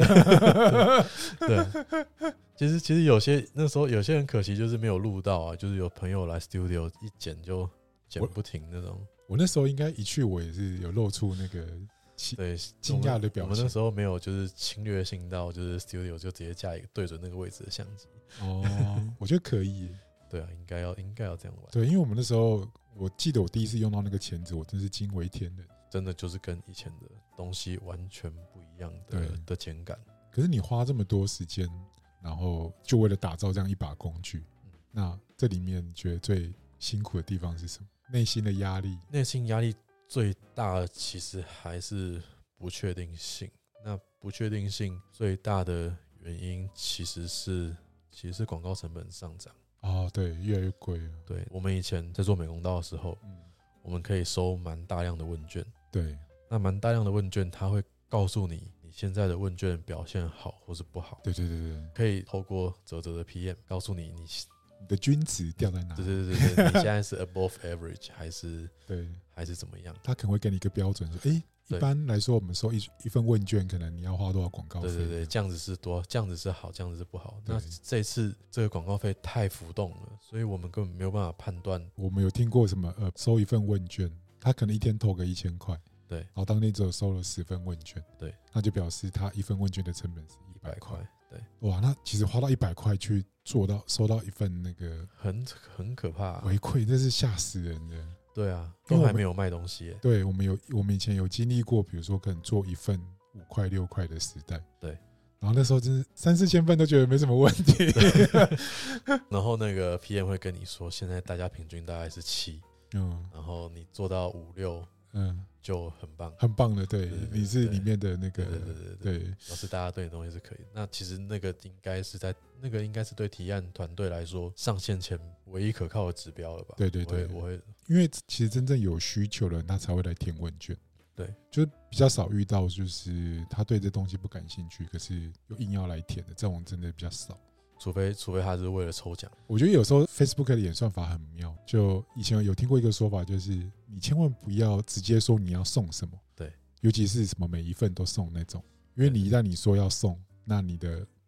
对，其实其实有些那时候有些人可惜就是没有录到啊，就是有朋友来 studio 一剪就剪不停那种。 我, 我那时候应该一去，我也是有露出那个。 对， 惊讶的表情。 我们那时候没有就是侵略性到，就是 studio 就直接架一个对准那个位置的相机。 哦，我觉得可以。 对啊，应该要应该要这样玩。 对，因为我们那时候，我记得我第一次用到那个钳子，我真是惊为天人。 真的就是跟以前的东西完全不一样的的剪感。 可是你花这么多时间，然后就为了打造这样一把工具，嗯、那这里面你觉得最辛苦的地方是什么？内心的压力？ 内心压力。最大的其实还是不确定性。那不确定性最大的原因其实是其实是广告成本上涨。 哦，对，越来越贵了。 对，我们以前在做美工刀的时候，嗯、我们可以收蛮大量的问卷。 对， 那蛮大量的问卷，它会告诉你你现在的问卷表现好或是不好。 对对对对， 可以透过嘖嘖的 P M 告诉你你。 你的均值掉在哪？ 对对对对，你现在是 above average 还是对还是怎么样？ 他可能会给你一个标准，说，哎、欸，一般来说，我们收一一份问卷，可能你要花多少广告费？ 对对对，这样子是多，这样子是好，这样子是不好。那这次这个广告费太浮动了，所以我们根本没有办法判断。 我们有听过什么？呃，收一份问卷，他可能一天投个一千块， 对， 然后当天只有收了十份问卷， 对， 那就表示他一份问卷的成本是一百块。 对， 哇，那其实花到一百块去做到收到一份那个很很可怕、啊、 回馈，这是吓死人的。 对啊，都还没有卖东西耶。 对，我们有我们以前有经历过，比如说可能做一份五块六块的时代， 对， 然后那时候真是三四千份都觉得没什么问题。 然后那个 P M 会跟你说，现在大家平均大概是七，嗯，然后你做到五六，嗯。就很棒， 很棒的，对，对对对，你是里面的那个， 对对对对对，表示大家对你的东西是可以。那其实那个应该是在那个应该是对提案团队来说上线前唯一可靠的指标了吧？ 对对对， 我 会, 我会因为其实真正有需求的人，他才会来填问卷。 对， 就是比较少遇到，就是他对这东西不感兴趣，可是又硬要来填的这种，真的比较少。 除非除非他是为了抽奖。 我觉得有时候 Facebook 的演算法很妙，就以前有听过一个说法，就是你千万不要直接说你要送什么， 对， 尤其是什么每一份都送那种，因为你一旦你说要送，那你的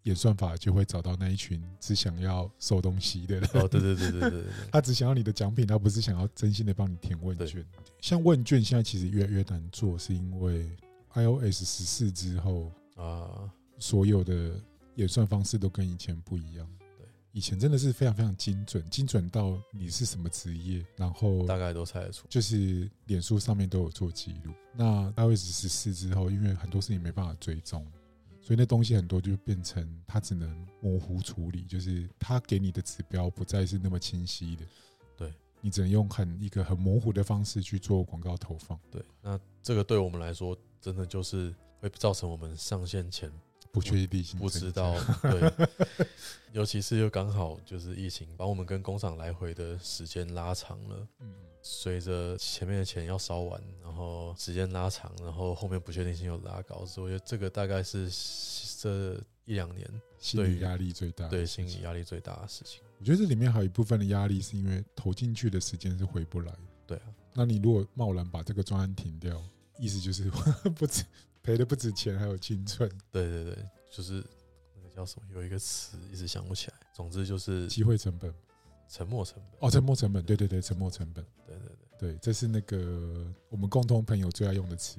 演算法就会找到那一群只想要收东西的人。 哦，对对对对对对， 他只想要你的奖品，他不是想要真心的帮你填问卷。像问卷现在其实越来越难做，是因为 iOS 十四之后啊，所有的演算方式都跟以前不一样。以前真的是非常非常精准，精准到你是什么职业，然后大概都猜得出， 就是脸书上面都有做记录。那 iOS 十四之后，因为很多事情没办法追踪，所以那东西很多就变成它只能模糊处理，就是它给你的指标不再是那么清晰的， 对， 你只能用很一个很模糊的方式去做广告投放。 对，那这个对我们来说，真的就是会造成我们上线前不确定性， 不知道，对，尤其是又刚好就是疫情，把我们跟工厂来回的时间拉长了。嗯，随着前面的钱要烧完，然后时间拉长，然后后面不确定性又拉高，所以我觉得这个大概是这一两年心理压力最大， 对心理压力最大的事情。 我觉得这里面还有一部分的压力，是因为投进去的时间是回不来。 对啊， 那你如果贸然把这个专案停掉，意思就是不止赔的不止钱，还有青春。对对对，就是那个叫什么，有一个词一直想不起来。总之就是机会成本、 沉没成本。 哦，沉没成本，对对对，沉没成本。 对对对，对，这是那个我们共同朋友最爱用的词。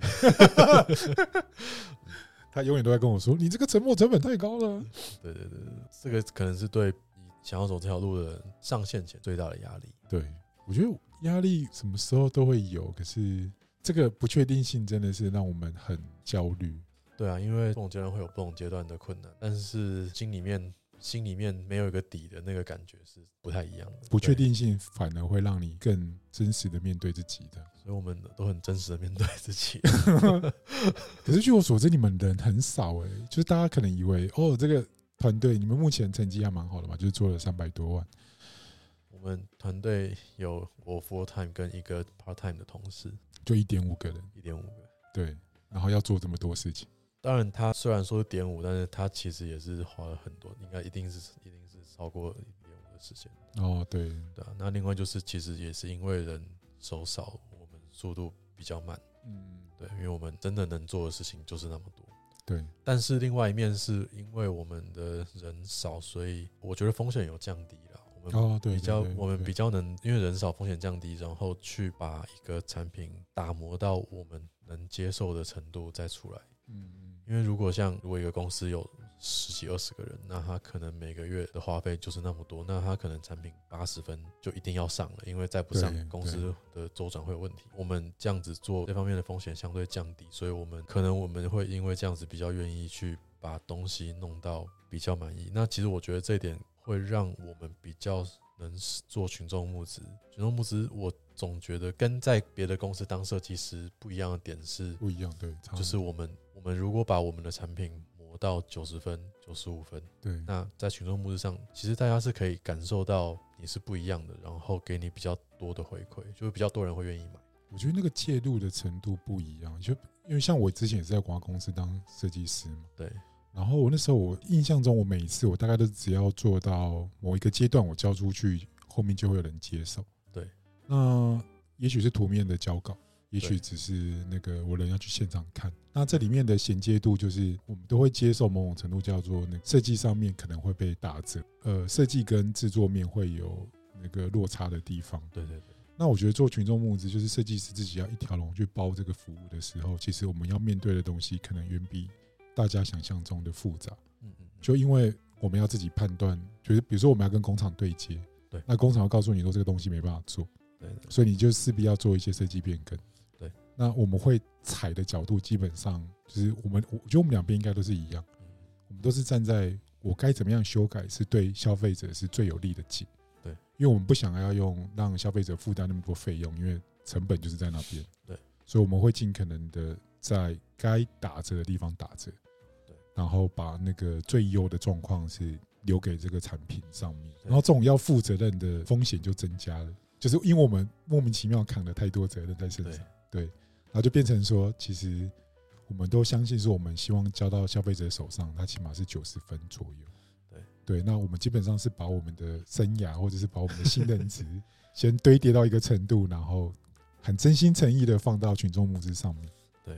他永远都在跟我说：“你这个沉没成本太高了。” 对对对，这个可能是对想要走这条路的人上线前最大的压力。 对，我觉得压力什么时候都会有，可是这个不确定性真的是让我们很焦虑。 对啊，因为不同阶段会有不同阶段的困难，但是心里面心里面没有一个底的那个感觉是不太一样的。 不确定性反而会让你更真实的面对自己的， 所以我们都很真实的面对自己。 可是据我所知，你们人很少哎、欸，就是大家可能以为哦，这个团队你们目前成绩还蛮好的嘛，就是做了三百多万。 我们团队有我 full time 跟一个 part time 的同事， 就一点五个人， 一点五个， 对，然后要做这么多事情。 当然，他虽然说是点五，但是他其实也是花了很多，应该一定是一定是超过一点五的时间。 哦，对， 对啊。那另外就是，其实也是因为人手少，我们速度比较慢。嗯，对，因为我们真的能做的事情就是那么多。 对。 但是另外一面是因为我们的人少，所以我觉得风险有降低了。我们比较， 哦、对对对对我们比较能因为人少，风险降低，然后去把一个产品打磨到我们能接受的程度再出来。嗯。因为如果像如果一个公司有十几二十个人，那他可能每个月的花费就是那么多，那他可能产品八十分就一定要上了，因为再不上公司的周转会有问题。我们这样子做，这方面的风险相对降低，所以我们可能我们会因为这样子比较愿意去把东西弄到比较满意。那其实我觉得这一点会让我们比较能做群众募资。群众募资，我总觉得跟在别的公司当设计师不一样的点是不一样，对， 就是我们我们如果把我们的产品磨到九十分、九十五分， 对， 那在群众募资上，其实大家是可以感受到你是不一样的，然后给你比较多的回馈，就是比较多人会愿意买。 我觉得那个介入的程度不一样，就因为像我之前也是在广告公司当设计师嘛， 对。 然后我那时候我印象中，我每一次我大概都只要做到某一个阶段，我交出去，后面就会有人接手。 对， 那也许是图面的交稿，也许只是那个我人要去现场看。那这里面的衔接度，就是我们都会接受某种程度叫做那设计上面可能会被打折，呃，设计跟制作面会有那个落差的地方。 对对对。 那我觉得做群众募资，就是设计师自己要一条龙去包这个服务的时候，其实我们要面对的东西可能远比大家想象中的复杂。嗯嗯。就因为我们要自己判断，就是比如说我们要跟工厂对接， 对， 那工厂要告诉你说这个东西没办法做， 对， 所以你就势必要做一些设计变更。 对， 那我们会踩的角度基本上就是我们，我觉得我们两边应该都是一样，我们都是站在我该怎么样修改是对消费者是最有利的解。 对， 因为我们不想要用让消费者负担那么多费用，因为成本就是在那边。 对， 所以我们会尽可能的在该打折的地方打折。 对， 然后把那个最优的状况是留给这个产品上面，然后这种要负责任的风险就增加了，就是因为我们莫名其妙扛了太多责任在身上。对，然后就变成说，其实我们都相信说，我们希望交到消费者手上，它起码是九十分左右。 对对，那我们基本上是把我们的生涯或者是把我们的信任值先堆叠到一个程度，然后很真心诚意的放到群众募资上面。 对，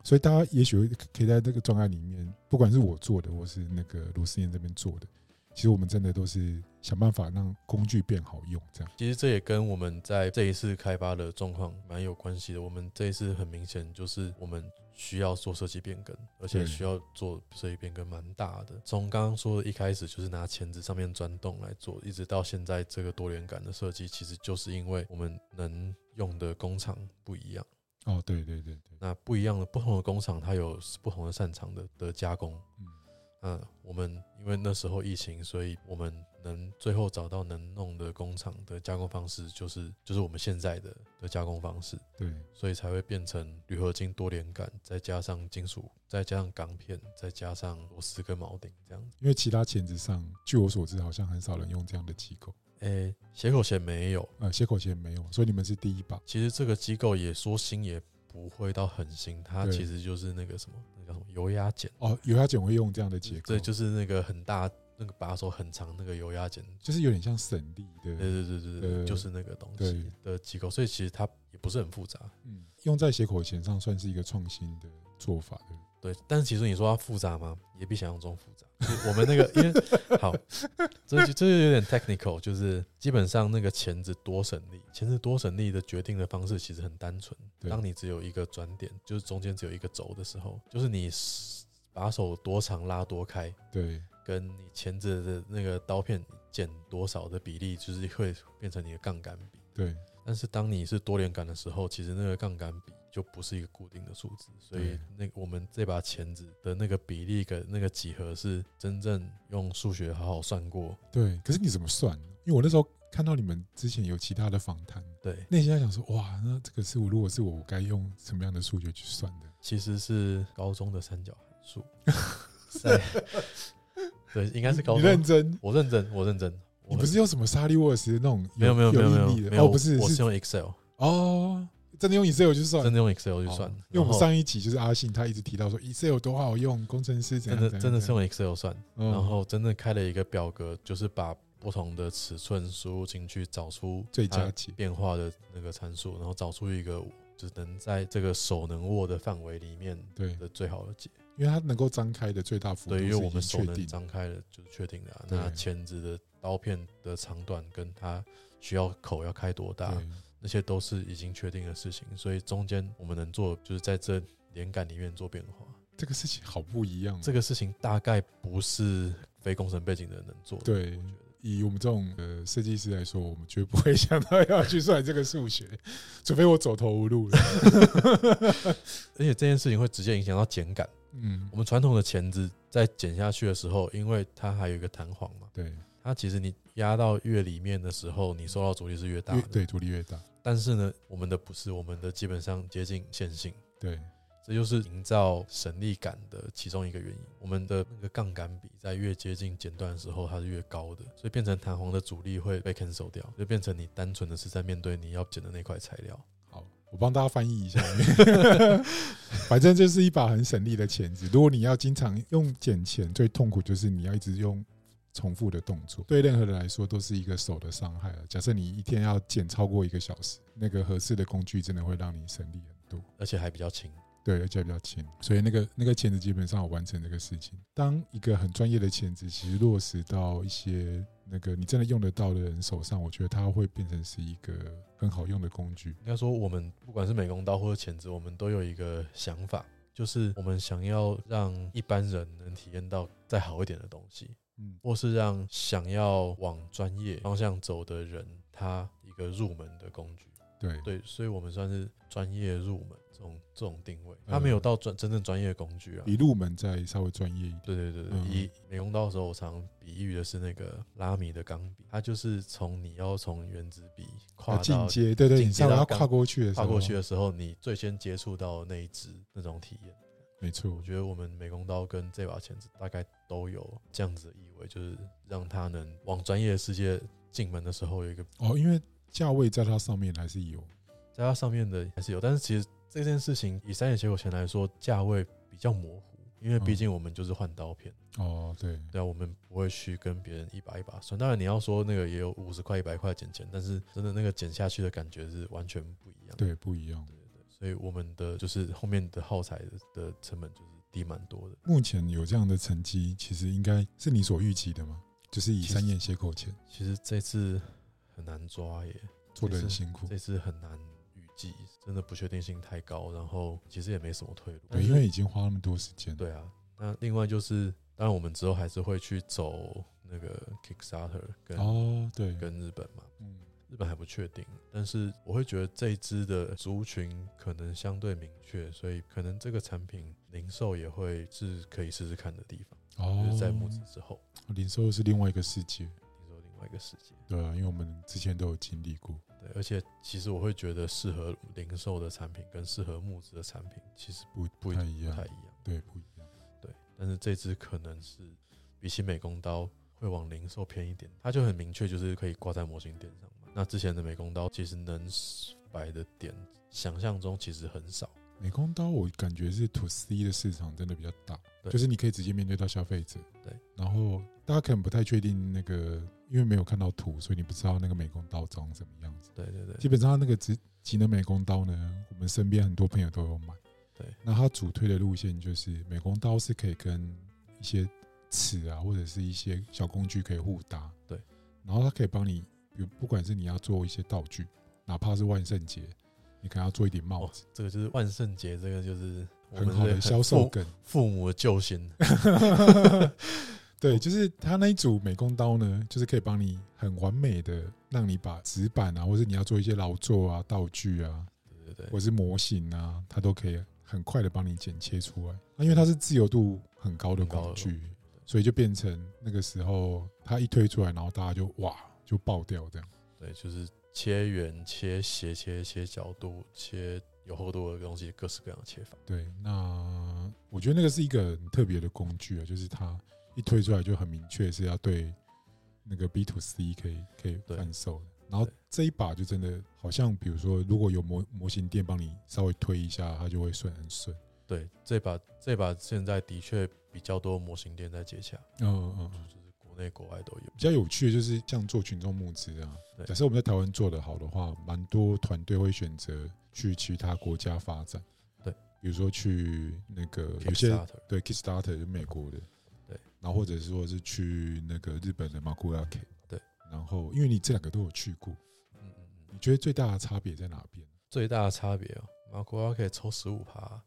所以大家也许可以在这个专案里面，不管是我做的，或是那个卢思燕这边做的，其实我们真的都是想办法让工具变好用，这样。 其实这也跟我们在这一次开发的状况蛮有关系的。我们这一次很明显就是我们需要做设计变更，而且需要做设计变更蛮大的。从刚刚说的一开始就是拿钳子上面钻洞来做，一直到现在这个多连杆的设计，其实就是因为我们能用的工厂不一样。 哦，对对对对， 那不一样的不同的工厂，它有不同的擅长 的, 的加工。 嗯， 那我们因为那时候疫情，所以我们能最后找到能弄的工厂的加工方式，就是就是我们现在的的加工方式。 对， 所以才会变成铝合金多连杆，再加上金属，再加上钢片，再加上螺丝跟铆钉这样子。 因为其他钳子上，据我所知，好像很少人用这样的机构。 诶、欸，斜口钳没有， 呃，斜口钳没有，所以你们是第一把。 其实这个机构也说新也不会到很新，它其实就是那个什么，那个叫什么油压剪。 哦，油压剪会用这样的结构， 对，就是那个很大。那个把手很长，那个油压剪就是有点像省力的， 对对对对对，就是那个东西的机构，所以其实它也不是很复杂。嗯， 用在斜口钳上算是一个创新的做法的。 对，但是其实你说它复杂吗？也比想象中复杂。我们那个因为好，这这就有点 technical， 就是基本上那个钳子多省力，钳子多省力的决定的方式其实很单纯。当你只有一个转点，就是中间只有一个轴的时候，就是你把手多长拉多开， 对。 跟你钳子的那个刀片剪多少的比例，就是会变成你的杠杆比。 对。 但是当你是多连杆的时候，其实那个杠杆比就不是一个固定的数字，所以那我们这把钳子的那个比例跟那个几何是真正用数学好好算过。 对。可是你怎么算？因为我那时候看到你们之前有其他的访谈， 对， 内心在想说，哇，那这个是我如果是我，我该用什么样的数学去算的？ 其实是高中的三角函数。在对，应该是高中。 你认真？ 我认真，我认真。 你不是用什么沙利沃斯那种没有没有没有没有没有哦，不是， 我是用 Excel。 哦，真的用 Excel 去算， 真的用 Excel 去算。 因为我们上一集就是阿信，他一直提到说 Excel 多好用，工程师怎样真的真的是用 Excel 算， 嗯、 然后真的开了一个表格，就是把不同的尺寸输入进去，找出最佳解变化的那个参数，然后找出一个就是能在这个手能握的范围里面的最好的解。 因为它能够张开的最大幅度是已经确定的， 对，因为我们手能张开的就是确定的、啊。那钳子的刀片的长短跟它需要口要开多大，那些都是已经确定的事情。所以中间我们能做就是在这连杆里面做变化。 这个事情好不一样、哦， 这个事情大概不是非工程背景的人能做的。 对，以我们这种呃设计师来说，我们绝不会想到要去算这个数学，除非我走投无路了。 而且这件事情会直接影响到剪感。嗯，我们传统的钳子在剪下去的时候，因为它还有一个弹簧嘛， 对， 它其实你压到越里面的时候，你受到阻力是越大的， 对，阻力越大。 但是呢，我们的不是，我们的基本上接近线性， 对， 这就是营造省力感的其中一个原因。我们的那个杠杆比在越接近剪断的时候，它是越高的，所以变成弹簧的阻力会被 cancel 掉，就变成你单纯的是在面对你要剪的那块材料。 我帮大家翻译一下，反正就是一把很省力的钳子。如果你要经常用剪钳，最痛苦就是你要一直用重复的动作，对任何人来说都是一个手的伤害。假设你一天要剪超过一个小时，那个合适的工具真的会让你省力很多， 而且还比较轻。 对，而且比较轻，所以那个那个钳子基本上有完成这个事情。当一个很专业的钳子其实落实到一些那个你真的用得到的人手上，我觉得它会变成是一个很好用的工具。 应该说，我们不管是美工刀或者钳子，我们都有一个想法，就是我们想要让一般人能体验到再好一点的东西，嗯，或是让想要往专业方向走的人，他一个入门的工具。 对对，所以我们算是专业入门这种这种定位，它没有到专真正专业的工具啊， 比入门再稍微专业一点。 对对对对，嗯、以美工刀的时候，我常比喻的是那个拉米的钢笔，它就是从你要从原子笔跨到进阶，对对，你稍微要跨过去的时候， 跨过去的时候，你最先接触到那一支那种体验。 没错， 我觉得我们美工刀跟这把钳子大概都有这样子的意味，就是让它能往专业的世界进门的时候有一个哦，因为价位在它上面还是有。 在它上面的还是有，但是其实这件事情以三眼斜口钳来说，价位比较模糊，因为毕竟我们就是换刀片。 哦，对， 对啊，我们不会去跟别人一把一把算。当然你要说那个也有五十块、一百块剪钳，但是真的那个剪下去的感觉是完全不一样。 对，不一样。 对对对， 所以我们的就是后面的耗材 的, 的成本就是低蛮多的。 目前有这样的成绩，其实应该是你所预期的吗？就是以三眼斜口钳， 其实这次很难抓耶， 做得很辛苦。 这次很难预计，真的不确定性太高，然后其实也没什么退路。 对，因为已经花那么多时间。 对啊，那另外就是，当然我们之后还是会去走那个 Kickstarter 跟哦，对， 跟日本嘛， 嗯。 日本还不确定，但是我会觉得这一支的族群可能相对明确，所以可能这个产品零售也会是可以试试看的地方。哦，就是在募资之后， 零售是另外一个世界， 零售另外一个世界。 对啊，因为我们之前都有经历过。 对，而且其实我会觉得适合零售的产品跟适合募资的产品其实不不太一样， 不太一样， 对，不一样。 对，但是这支可能是比起美工刀会往零售偏一点，它就很明确，就是可以挂在模型店上嘛。那之前的美工刀其实能摆的点，想象中其实很少。 美工刀我感觉是 to C 的市场真的比较大，就是你可以直接面对到消费者。 对， 然后大家可能不太确定那个，因为没有看到图，所以你不知道那个美工刀长什么样子。 对对对， 基本上那个极能美工刀呢，我们身边很多朋友都有买。 对，那它主推的路线就是美工刀是可以跟一些尺啊，或者是一些小工具可以互搭。 对， 然后它可以帮你，比如不管是你要做一些道具，哪怕是万圣节，你可能要做一顶帽子。 哦，这个就是万圣节，这个就是很好的销售梗， 父母的救星。 对，就是它那一组美工刀呢，就是可以帮你很完美的让你把纸板啊，或是你要做一些劳作啊、道具啊， 对对对， 或是模型啊，它都可以很快的帮你剪切出来。啊、因为它是自由度很高的工具，所以就变成那个时候它一推出来，然后大家就哇就爆掉这样。 对，就是切圆、切斜、切切角度、切有厚度的东西，各式各样的切法。 对，那我觉得那个是一个很特别的工具啊，就是它一推出来就很明确是要对那个 B to C 可以可以贩售的。然后这一把就真的好像，比如说如果有模模型店帮你稍微推一下，它就会顺很顺。 对，这把这把现在的确比较多模型店在接洽， 嗯嗯， 就是国内国外都有。 比较有趣的就是像做群众募资啊，假设我们在台湾做得好的话，蛮多团队会选择去其他国家发展。 对， 比如说去那个有些对 Kickstarter 是美国的， 对， 然后或者说是去那个日本的 Makuake。 对， 然后因为你这两个都有去过，嗯嗯嗯，你觉得最大的差别在哪边？ 最大的差别哦，马库拉可以抽十五趴，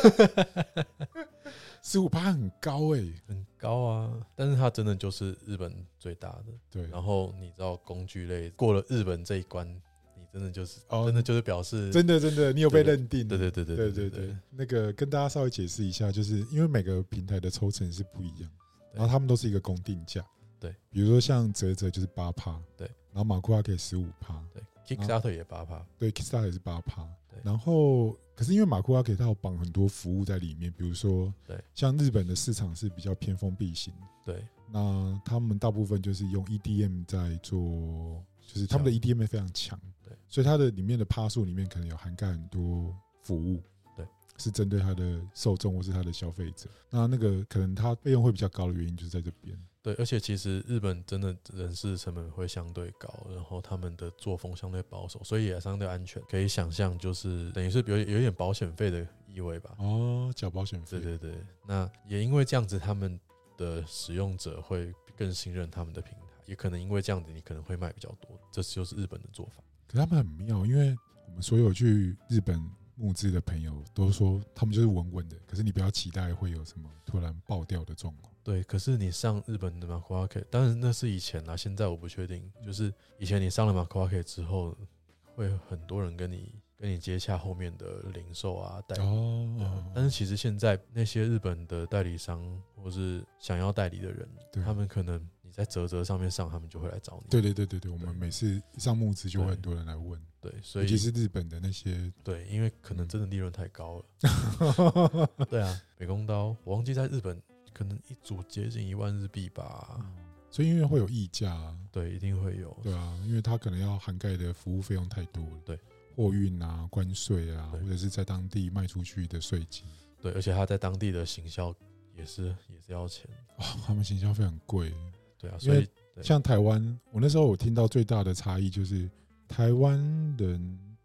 十五趴很高哎、欸， 很高啊！但是它真的就是日本最大的。 对， 然后你知道工具类过了日本这一关，你真的就是、哦、真的就是表示真的真的你有被认定。 对对对对对对对对，那个跟大家稍微解释一下，就是因为每个平台的抽成是不一样，然后他们都是一个公定价。 对， 比如说像泽泽就是八趴， 对， 然后马库拉可以十五趴， 对 ，Kickstarter 也八趴， 对 ，Kickstarter 也是八趴， 对。 然后可是因为马库拉可以它有绑很多服务在里面，比如说， 对， 像日本的市场是比较偏封闭型， 对， 那他们大部分就是用 E D M 在做，就是他们的 E D M 非常强， 对， 所以它的里面的趴数里面可能有涵盖很多服务。是针对他的受众或是他的消费者，那那个可能他费用会比较高的原因就是在这边。 对，而且其实日本真的人事成本会相对高，然后他们的作风相对保守，所以也相对安全。可以想象，就是等于是有有一点保险费的意味吧？ 哦，缴保险费。 对对对，那也因为这样子，他们的使用者会更信任他们的平台，也可能因为这样子，你可能会卖比较多。这就是日本的做法。 可是他们很妙，因为我们所有去日本募资的朋友都说他们就是稳稳的，可是你不要期待会有什么突然爆掉的状况。 对，可是你上日本的马库拉 K， 当然那是以前啦，现在我不确定。就是以前你上了马库拉 K 之后，会很多人跟你跟你接洽后面的零售啊代理。哦、嗯，但是其实现在那些日本的代理商或是想要代理的人，他们可能你在嘖嘖上面上，他们就会来找你。对对对对对，我们每次上募资就会很多人来问。 对，所以尤其是日本的那些， 对，因为可能真的利润太高了。对啊，美工刀我忘记在日本可能一组接近一万日币吧、嗯， 所以因为会有溢价、啊， 对，一定会有， 对啊，因为它可能要涵盖的服务费用太多了， 对， 货运啊、关税啊，或者是在当地卖出去的税金， 对，而且它在当地的行销也是也是要钱， 哦，他们行销费很贵， 对啊，所以像台湾，我那时候我听到最大的差异就是。台湾人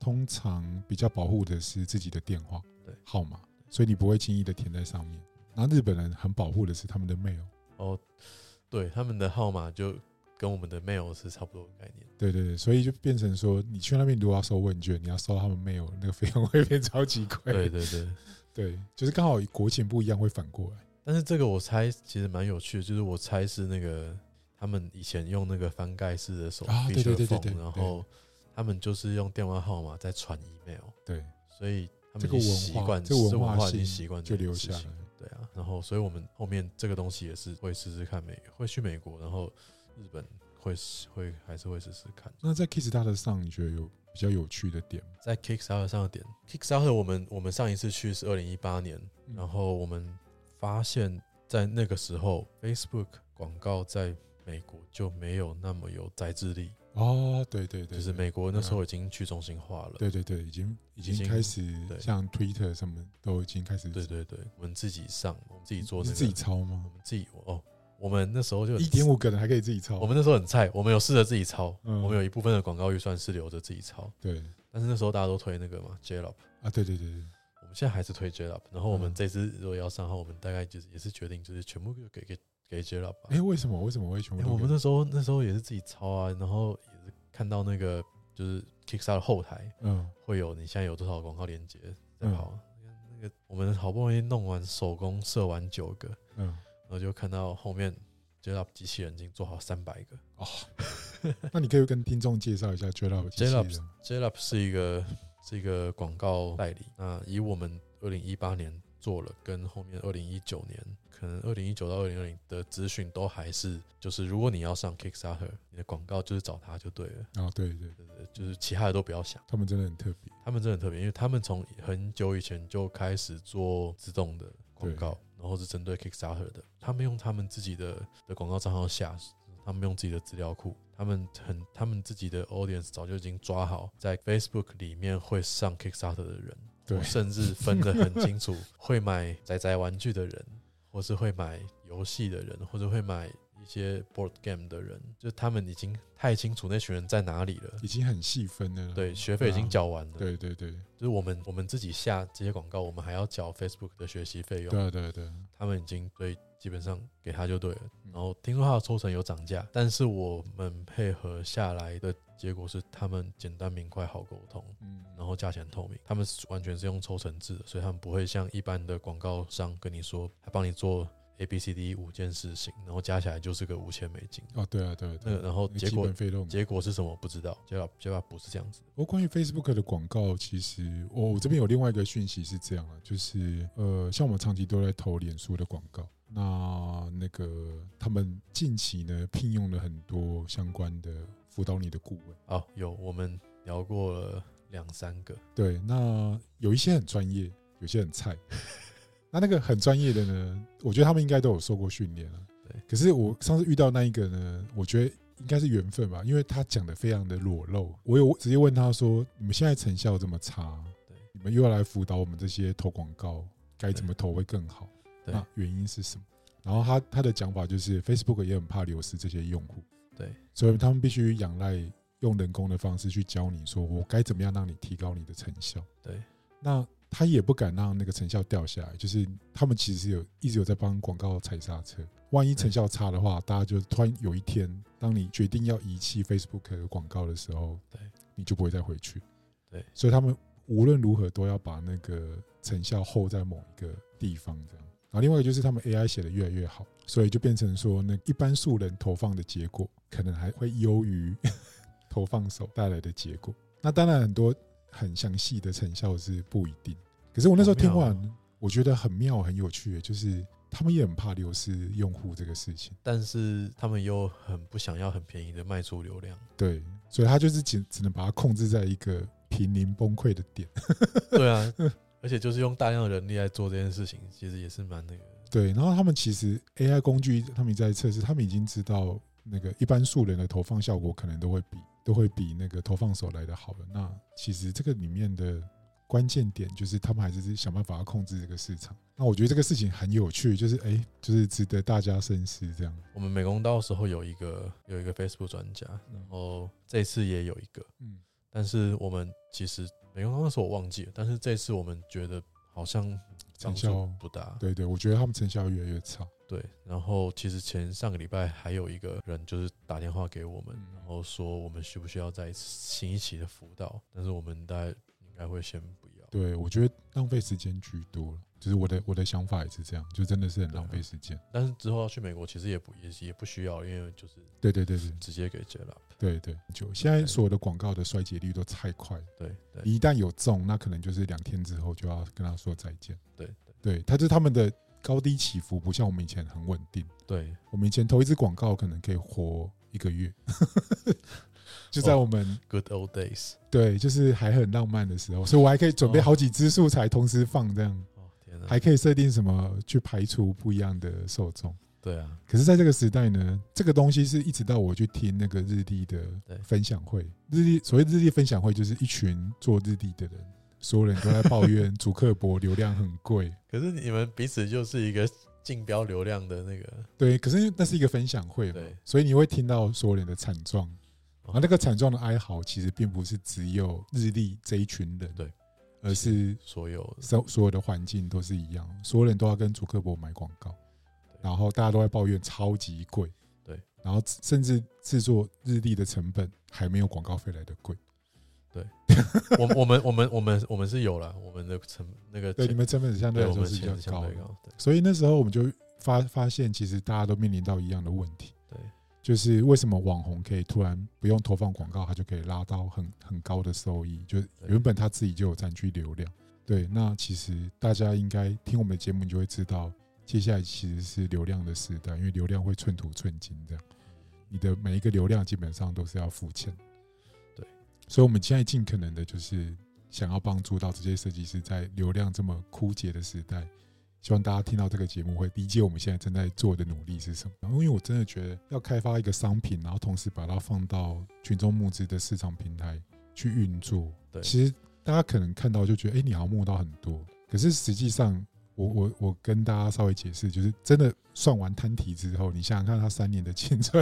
通常比较保护的是自己的电话号码，所以你不会轻易的填在上面。然后日本人很保护的是他们的 mail。 哦，对，他们的号码就跟我们的 mail 是差不多的概念。 对对对，所以就变成说，你去那边如果要收问卷，你要收他们 mail， 那个费用会变超级贵。 对对对对，就是刚好国情不一样，会反过来。 但是这个我猜其实蛮有趣的，就是我猜是那个他们以前用那个翻盖式的手机、啊，对对对对对，然后他们就是用电话号码在传 email。对，所以他们已经习惯，这个文化已经习惯就留下来。对啊，然后所以我们后面这个东西也是会试试看美，会去美国，然后日本会会还是会试试看。 那在 Kickstarter 上，你觉得有比较有趣的点吗？ 在 Kickstarter 上的点 ，Kickstarter 我们我们上一次去是二零一八年，嗯、然后我们发现，在那个时候 Facebook 广告在美国就没有那么有宰制力。 哦，对对 对, 对， 就是美国那时候已经去中心化了。 对对对，已经已经开始像 Twitter 什么都已经开始。 对对对，我们自己上，我们自己做、那個。 是自己抄吗？ 我们自己哦，我们那时候就一点五个人还可以自己抄。 我们那时候很菜，我们有试着自己抄、嗯，我们有一部分的广告预算是留着自己抄。 对， 但是那时候大家都推那个嘛 Jalop 啊，对对对对。 我们现在还是推 Jalop， 然后我们这次如果要上号，我们大概就是也是决定就是全部给给给 Jalop。哎、 欸，为什么？为什么会全部、欸？ 我们那时候那时候也是自己抄啊，然后也是看到那个就是 Kickstarter 后台，嗯，会有你现在有多少广告连结在跑、嗯，那个我们好不容易弄完手工设完九个，嗯，然后就看到后面 Jalop 机器人已经做好三百个哦。 那你可以跟听众介绍一下 Jalop 机器人。 Jalop 是一个是一个广告代理，那以我们二零一八年做了，跟后面二零一九年。可能二零一九到二零二零的资讯都还是，就是如果你要上 Kickstarter， 你的广告就是找他就对了。 哦，对对对, 对，就是其他的都不要想。 他们真的很特别， 他们真的很特别，因为他们从很久以前就开始做自动的广告，然后是针对 Kickstarter 的。他们用他们自己的的广告账号下，他们用自己的资料库，他们很他们自己的 audience 早就已经抓好，在 Facebook 里面会上 Kickstarter 的人，对，甚至分得很清楚，会买宅宅玩具的人。或是会买游戏的人，或者会买一些 board game 的人，就他们已经太清楚那群人在哪里了， 已经很细分了。 对，学费已经缴完了。 对对对， 就是我们我们自己下这些广告，我们还要缴 Facebook 的学习费用。 对对对， 他们已经对基本上给他就对了。然后听说他的抽成有涨价，但是我们配合下来的结果是，他们简单明快好沟通，嗯，然后价钱透明，他们完全是用抽成制的，所以他们不会像一般的广告商跟你说，他帮你做 A B C D 五件事情，然后加起来就是个五千美金。 哦，对啊，对啊，对啊， 那然后结果结果是什么不知道，结果结果不是这样子。 不过关于 Facebook 的广告，其实我我这边有另外一个讯息是这样的，就是呃，像我们长期都在投脸书的广告。那那个他们近期呢聘用了很多相关的辅导你的顾问。 哦，有，我们聊过了两三个。 对，那有一些很专业，有些很菜。那那个很专业的呢，我觉得他们应该都有受过训练啊。对。可是我上次遇到那一个呢，我觉得应该是缘分吧，因为他讲的非常的裸露。我有直接问他说：“你们现在成效这么差，对，你们又要来辅导我们这些投广告，该怎么投会更好？”那原因是什么？然后他他的讲法就是 ，Facebook 也很怕流失这些用户， 对， 所以他们必须仰赖用人工的方式去教你说，我该怎么样让你提高你的成效。 对， 那他也不敢让那个成效掉下来，就是他们其实有一直有在帮广告踩刹车。万一成效差的话，大家就突然有一天，当你决定要遗弃 Facebook 的广告的时候，对，你就不会再回去。 对， 所以他们无论如何都要把那个成效 hold 在某一个地方，这样。然后另外一个就是他们 A I 写的越来越好，所以就变成说，那一般素人投放的结果可能还会优于投放手带来的结果。那当然很多很详细的成效是不一定，可是我那时候听完，我觉得很妙很有趣，就是他们也很怕流失用户这个事情， 但是他们又很不想要很便宜的卖出流量。 对，所以他就是只只能把它控制在一个濒临崩溃的点。 对啊。而且就是用大量的人力来做这件事情，其实也是蛮那个。 对，然后他们其实 A I 工具，他们在测试，他们已经知道那个一般素人的投放效果可能都会比都会比那个投放手来的好了。那其实这个里面的关键点就是他们还是想办法要控制这个市场。那我觉得这个事情很有趣，就是哎、欸，就是值得大家深思这样。 我们美工刀的时候有一个有一个 Facebook 专家，然后这次也有一个，嗯。 但是我们其实美工刀那时候我忘记了，但是这次我们觉得好像成效不大。 对对，我觉得他们成效越来越差。 对，然后其实前上个礼拜还有一个人就是打电话给我们， 嗯、 然后说我们需不需要再新一期的辅导，但是我们大概应该会先不要。 对，我觉得浪费时间居多了，就是我的我的想法也是这样，就真的是很浪费时间。 但是之后要去美国，其实也不也也不需要，因为就是对对对对， 直接给 J L A P。 对对，就现在所有的广告的衰竭率都太快了。 对对， 一旦有中，那可能就是两天之后就要跟他说再见。 对对，对，他就是他们的高低起伏不像我们以前很稳定。 对， 我们以前投一支广告可能可以活一个月。就在我们、 oh, good old days， 对，就是还很浪漫的时候，所以我还可以准备好几支素材同时放，这样， 哦天哪， 还可以设定什么去排除不一样的受众。 对啊， 可是在这个时代呢，这个东西是一直到我去听那个日历的分享会，日历所谓日历分享会就是一群做日历的人，所有人都在抱怨主客博流量很贵。 可是你们彼此就是一个竞标流量的那个， 对，可是那是一个分享会嘛，所以你会听到所有人的惨状。然后那个惨状的哀嚎，其实并不是只有日历这一群人， 对， 而是所有所所有的环境都是一样，所有人都要跟主客博买广告，然后大家都在抱怨超级贵， 对， 然后甚至制作日历的成本还没有广告费来的贵， 对，我我们我们我们我们是有啦，我们的成那个对你们成本相对来说是比较高的，所以那时候我们就发发现，其实大家都面临到一样的问题。就是为什么网红可以突然不用投放广告，他就可以拉到很很高的收益？就原本他自己就有占据流量。对，那其实大家应该听我们的节目，你就会知道，接下来其实是流量的时代，因为流量会寸土寸金这样。你的每一个流量基本上都是要付钱。 对， 所以我们现在尽可能的就是想要帮助到这些设计师，在流量这么枯竭的时代。希望大家听到这个节目会理解我们现在正在做的努力是什么。然后因为我真的觉得要开发一个商品，然后同时把它放到群众募资的市场平台去运作，其实大家可能看到就觉得，哎、欸，你好像募到很多，可是实际上我我我跟大家稍微解释，就是真的算完摊提之后，你想想看他三年的青春，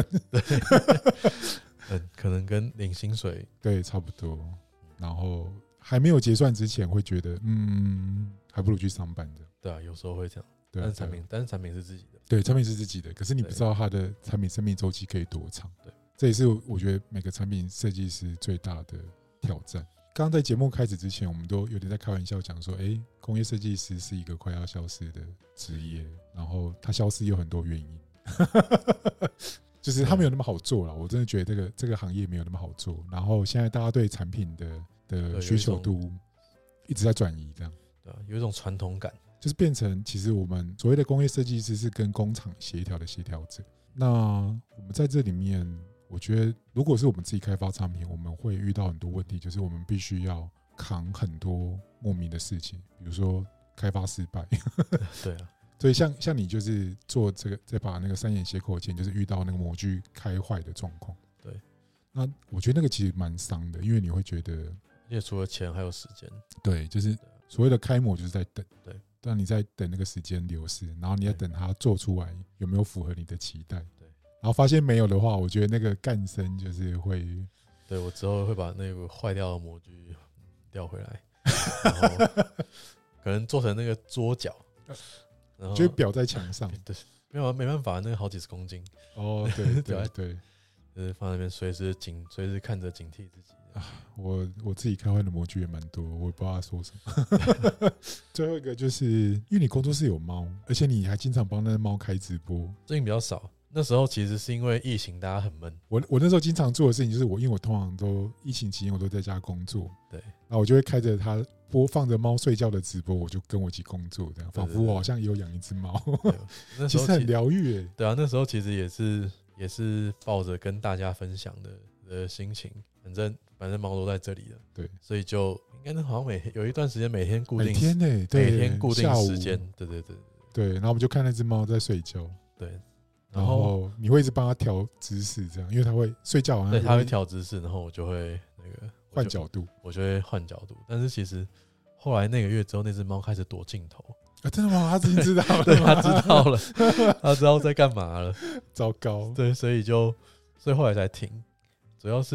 嗯，可能跟领薪水对差不多，然后还没有结算之前会觉得，嗯，还不如去上班的。 对啊，有时候会这样。 对， 但是产品，但是产品是自己的。 对，产品是自己的，可是你不知道它的产品生命周期可以多长。 对， 这也是我觉得每个产品设计师最大的挑战。刚刚在节目开始之前，我们都有点在开玩笑讲说，哎、欸，工业设计师是一个快要消失的职业，然后它消失有很多原因，就是它没有那么好做了。我真的觉得这个这个行业没有那么好做。然后现在大家对产品的的需求度一直在转移，这样。 对啊，有一种传统感。 就是变成，其实我们所谓的工业设计师是跟工厂协调的协调者。那我们在这里面，我觉得如果是我们自己开发产品，我们会遇到很多问题，就是我们必须要扛很多莫名的事情，比如说开发失败。 对啊， 所以像像你就是做这个，再把那个三眼斜口钳，就是遇到那个模具开坏的状况。 对， 那我觉得那个其实蛮伤的，因为你会觉得， 而且除了钱还有时间。 对，就是所谓的开模就是在等。 对。 但你在等那个时间流逝，然后你在等它做出来有没有符合你的期待， 对， 然后发现没有的话，我觉得那个干声就是会， 对，我之后会把那个坏掉的模具调回来，然后可能做成那个桌角，然后就裱在墙上， 对，没有没办法，那个好几十公斤， 哦，对对对， 就是放在那边随时警随时看着警惕自己。 我我自己开坏的模具也蛮多，我也不知道他说什么。最后一个就是因为你工作室有猫，而且你还经常帮那猫开直播， 最近比较少。那时候其实是因为疫情，大家很闷。 我我那时候经常做的事情就是我，因为我通常都疫情期间我都在家工作， 对， 然后我就会开着它播放着猫睡觉的直播，我就跟我一起工作，这样仿佛我好像也有养一只猫， 那其实很疗愈诶。 对啊，那时候其实也是也是抱着跟大家分享的的心情，反正。反正猫都在这里了，对，所以就应该好像每有一段时间每天固定每天呢、欸， 每天固定时间，对对对对，然后我们就看那只猫在睡觉， 对， 然后你会一直帮它调姿势，这样，因为它会睡觉， 对，它会调姿势，然后我就会那个换角度， 我就会换角度。但是其实后来那个月之后，那只猫开始躲镜头啊，真的吗？它已经知道了， 对，它知道了，它知道在干嘛了， 糟糕， 对，所以就所以后来才停，主要是。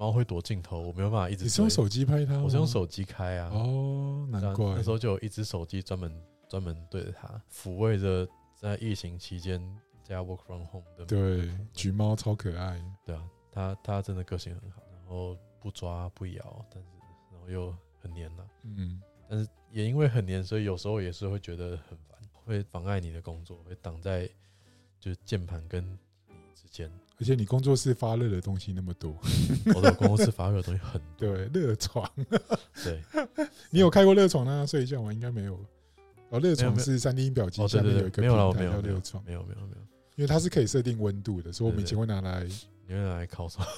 猫会躲镜头，我没有办法一直追。 你是用手机拍它吗？ 我是用手机开啊。 哦，难怪那时候就有一只手机专门专门对着它，抚慰着在疫情期间加 work from home 的。 对，橘猫超可爱。 对啊，它它真的个性很好，然后不抓不咬，但是然后又很黏啦、啊。嗯，但是也因为很黏，所以有时候也是会觉得很烦，会妨碍你的工作，会挡在就是键盘跟你之间。 而且你工作室发热的东西那么多， 我的工作室发热的东西很多。 对，热床。 对， 你有开过热床让他睡觉吗？应该没有。哦，热床是三 D 印表机下面有一个平台叫热床， 没有没有没有， 因为它是可以设定温度的，所以我们以前会拿来， 你会拿来烤烧，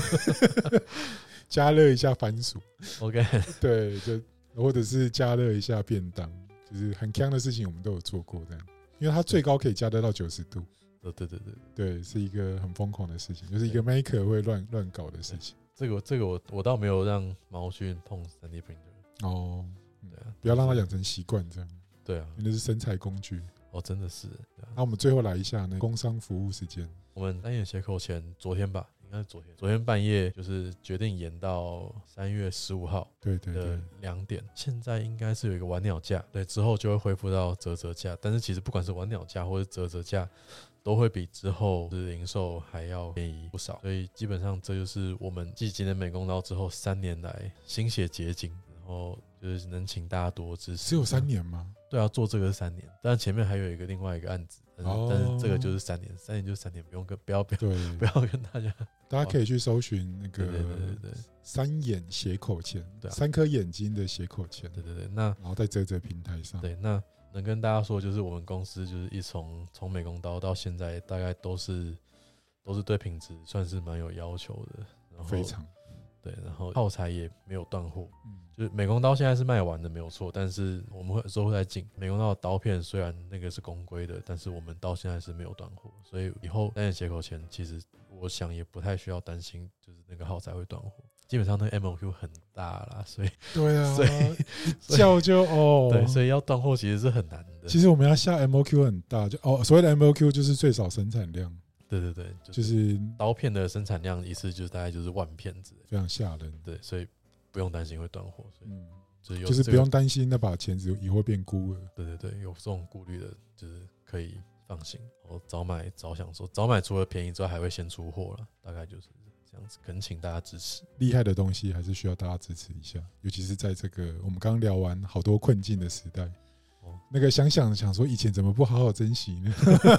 加热一下番薯。 OK， 对，就或者是加热一下便当，就是很强的事情，我们都有做过这样。因为它最高可以加热到九十度。 对对对对， 对，是一个很疯狂的事情，就是一个 maker 会乱乱搞的事情。 这个这个我我倒没有让猫去碰 三 D printer。 哦， 对啊， 不要让它养成习惯这样。 对啊， 因为那是生财工具。 哦，真的是。 那、啊、我们最后来一下那工商服务时间。 我们单眼斜口前昨天吧，应该是昨天，昨天半夜就是决定延到三月十五号对对对的两点。现在应该是有一个晚鸟价，对，之后就会恢复到折折价。但是其实不管是晚鸟价或是折折价，都会比之后的零售还要便宜不少。所以基本上这就是我们继今年美工刀之后三年来心血结晶，然后就是能请大家多支持。 只有三年吗？ 对啊，做这个是三年，但前面还有一个另外一个案子，但是、哦、但是这个就是三年，三年就是三年，不用跟不要不要对不要跟大家， 大家可以去搜寻那个三眼斜口钳， 对、啊， 三颗眼睛的斜口钳， 对对对，那然后在泽泽平台上， 对，那能跟大家说，就是我们公司就是一从从美工刀到现在，大概都是都是对品质算是蛮有要求的，然后非常。 对，然后耗材也没有断货、嗯，就是美工刀现在是卖完的没有错，但是我们会有时候会再进美工刀的刀片，虽然那个是公规的，但是我们到现在是没有断货，所以以后单眼斜口钳其实我想也不太需要担心，就是那个耗材会断货。基本上那个 M O Q 很大啦，所以对啊， 所以一叫就哦， 对，所以要断货其实是很难的。 其实我们要下 M O Q 很大，就哦，所谓的 M O Q 就是最少生产量。 对对对， 就是刀片的生产量一次就大概就是万片之类， 非常吓人。 对，所以不用担心会断货，所以、嗯、 就是有、這個、就是不用担心那把钳子以后变孤儿。 对对对，有这种顾虑的，就是可以放心。我早买早享受，早买除了便宜之外，还会先出货了，大概就是这样子。恳请大家支持， 厉害的东西还是需要大家支持一下，尤其是在这个我们刚刚聊完好多困境的时代。哦、那个想想想说，以前怎么不好好珍惜呢？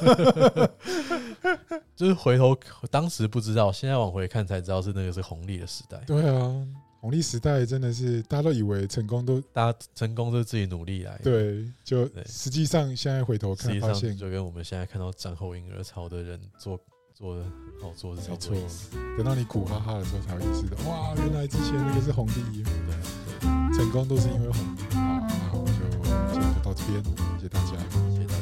就是回头当时不知道，现在往回看才知道是那个是红利的时代。 对啊，红利时代真的是大家都以为成功都大家成功都是自己努力来的。 对，就实际上现在回头看发现， 就跟我们现在看到战后婴儿潮的人做做的很好做是差不多意思。 等到你苦哈哈的时候才会意识到，哇，原来之前那个是红利。对，对成功都是因为红利。好，那我们就今天就到这边，谢谢大家，谢谢大家。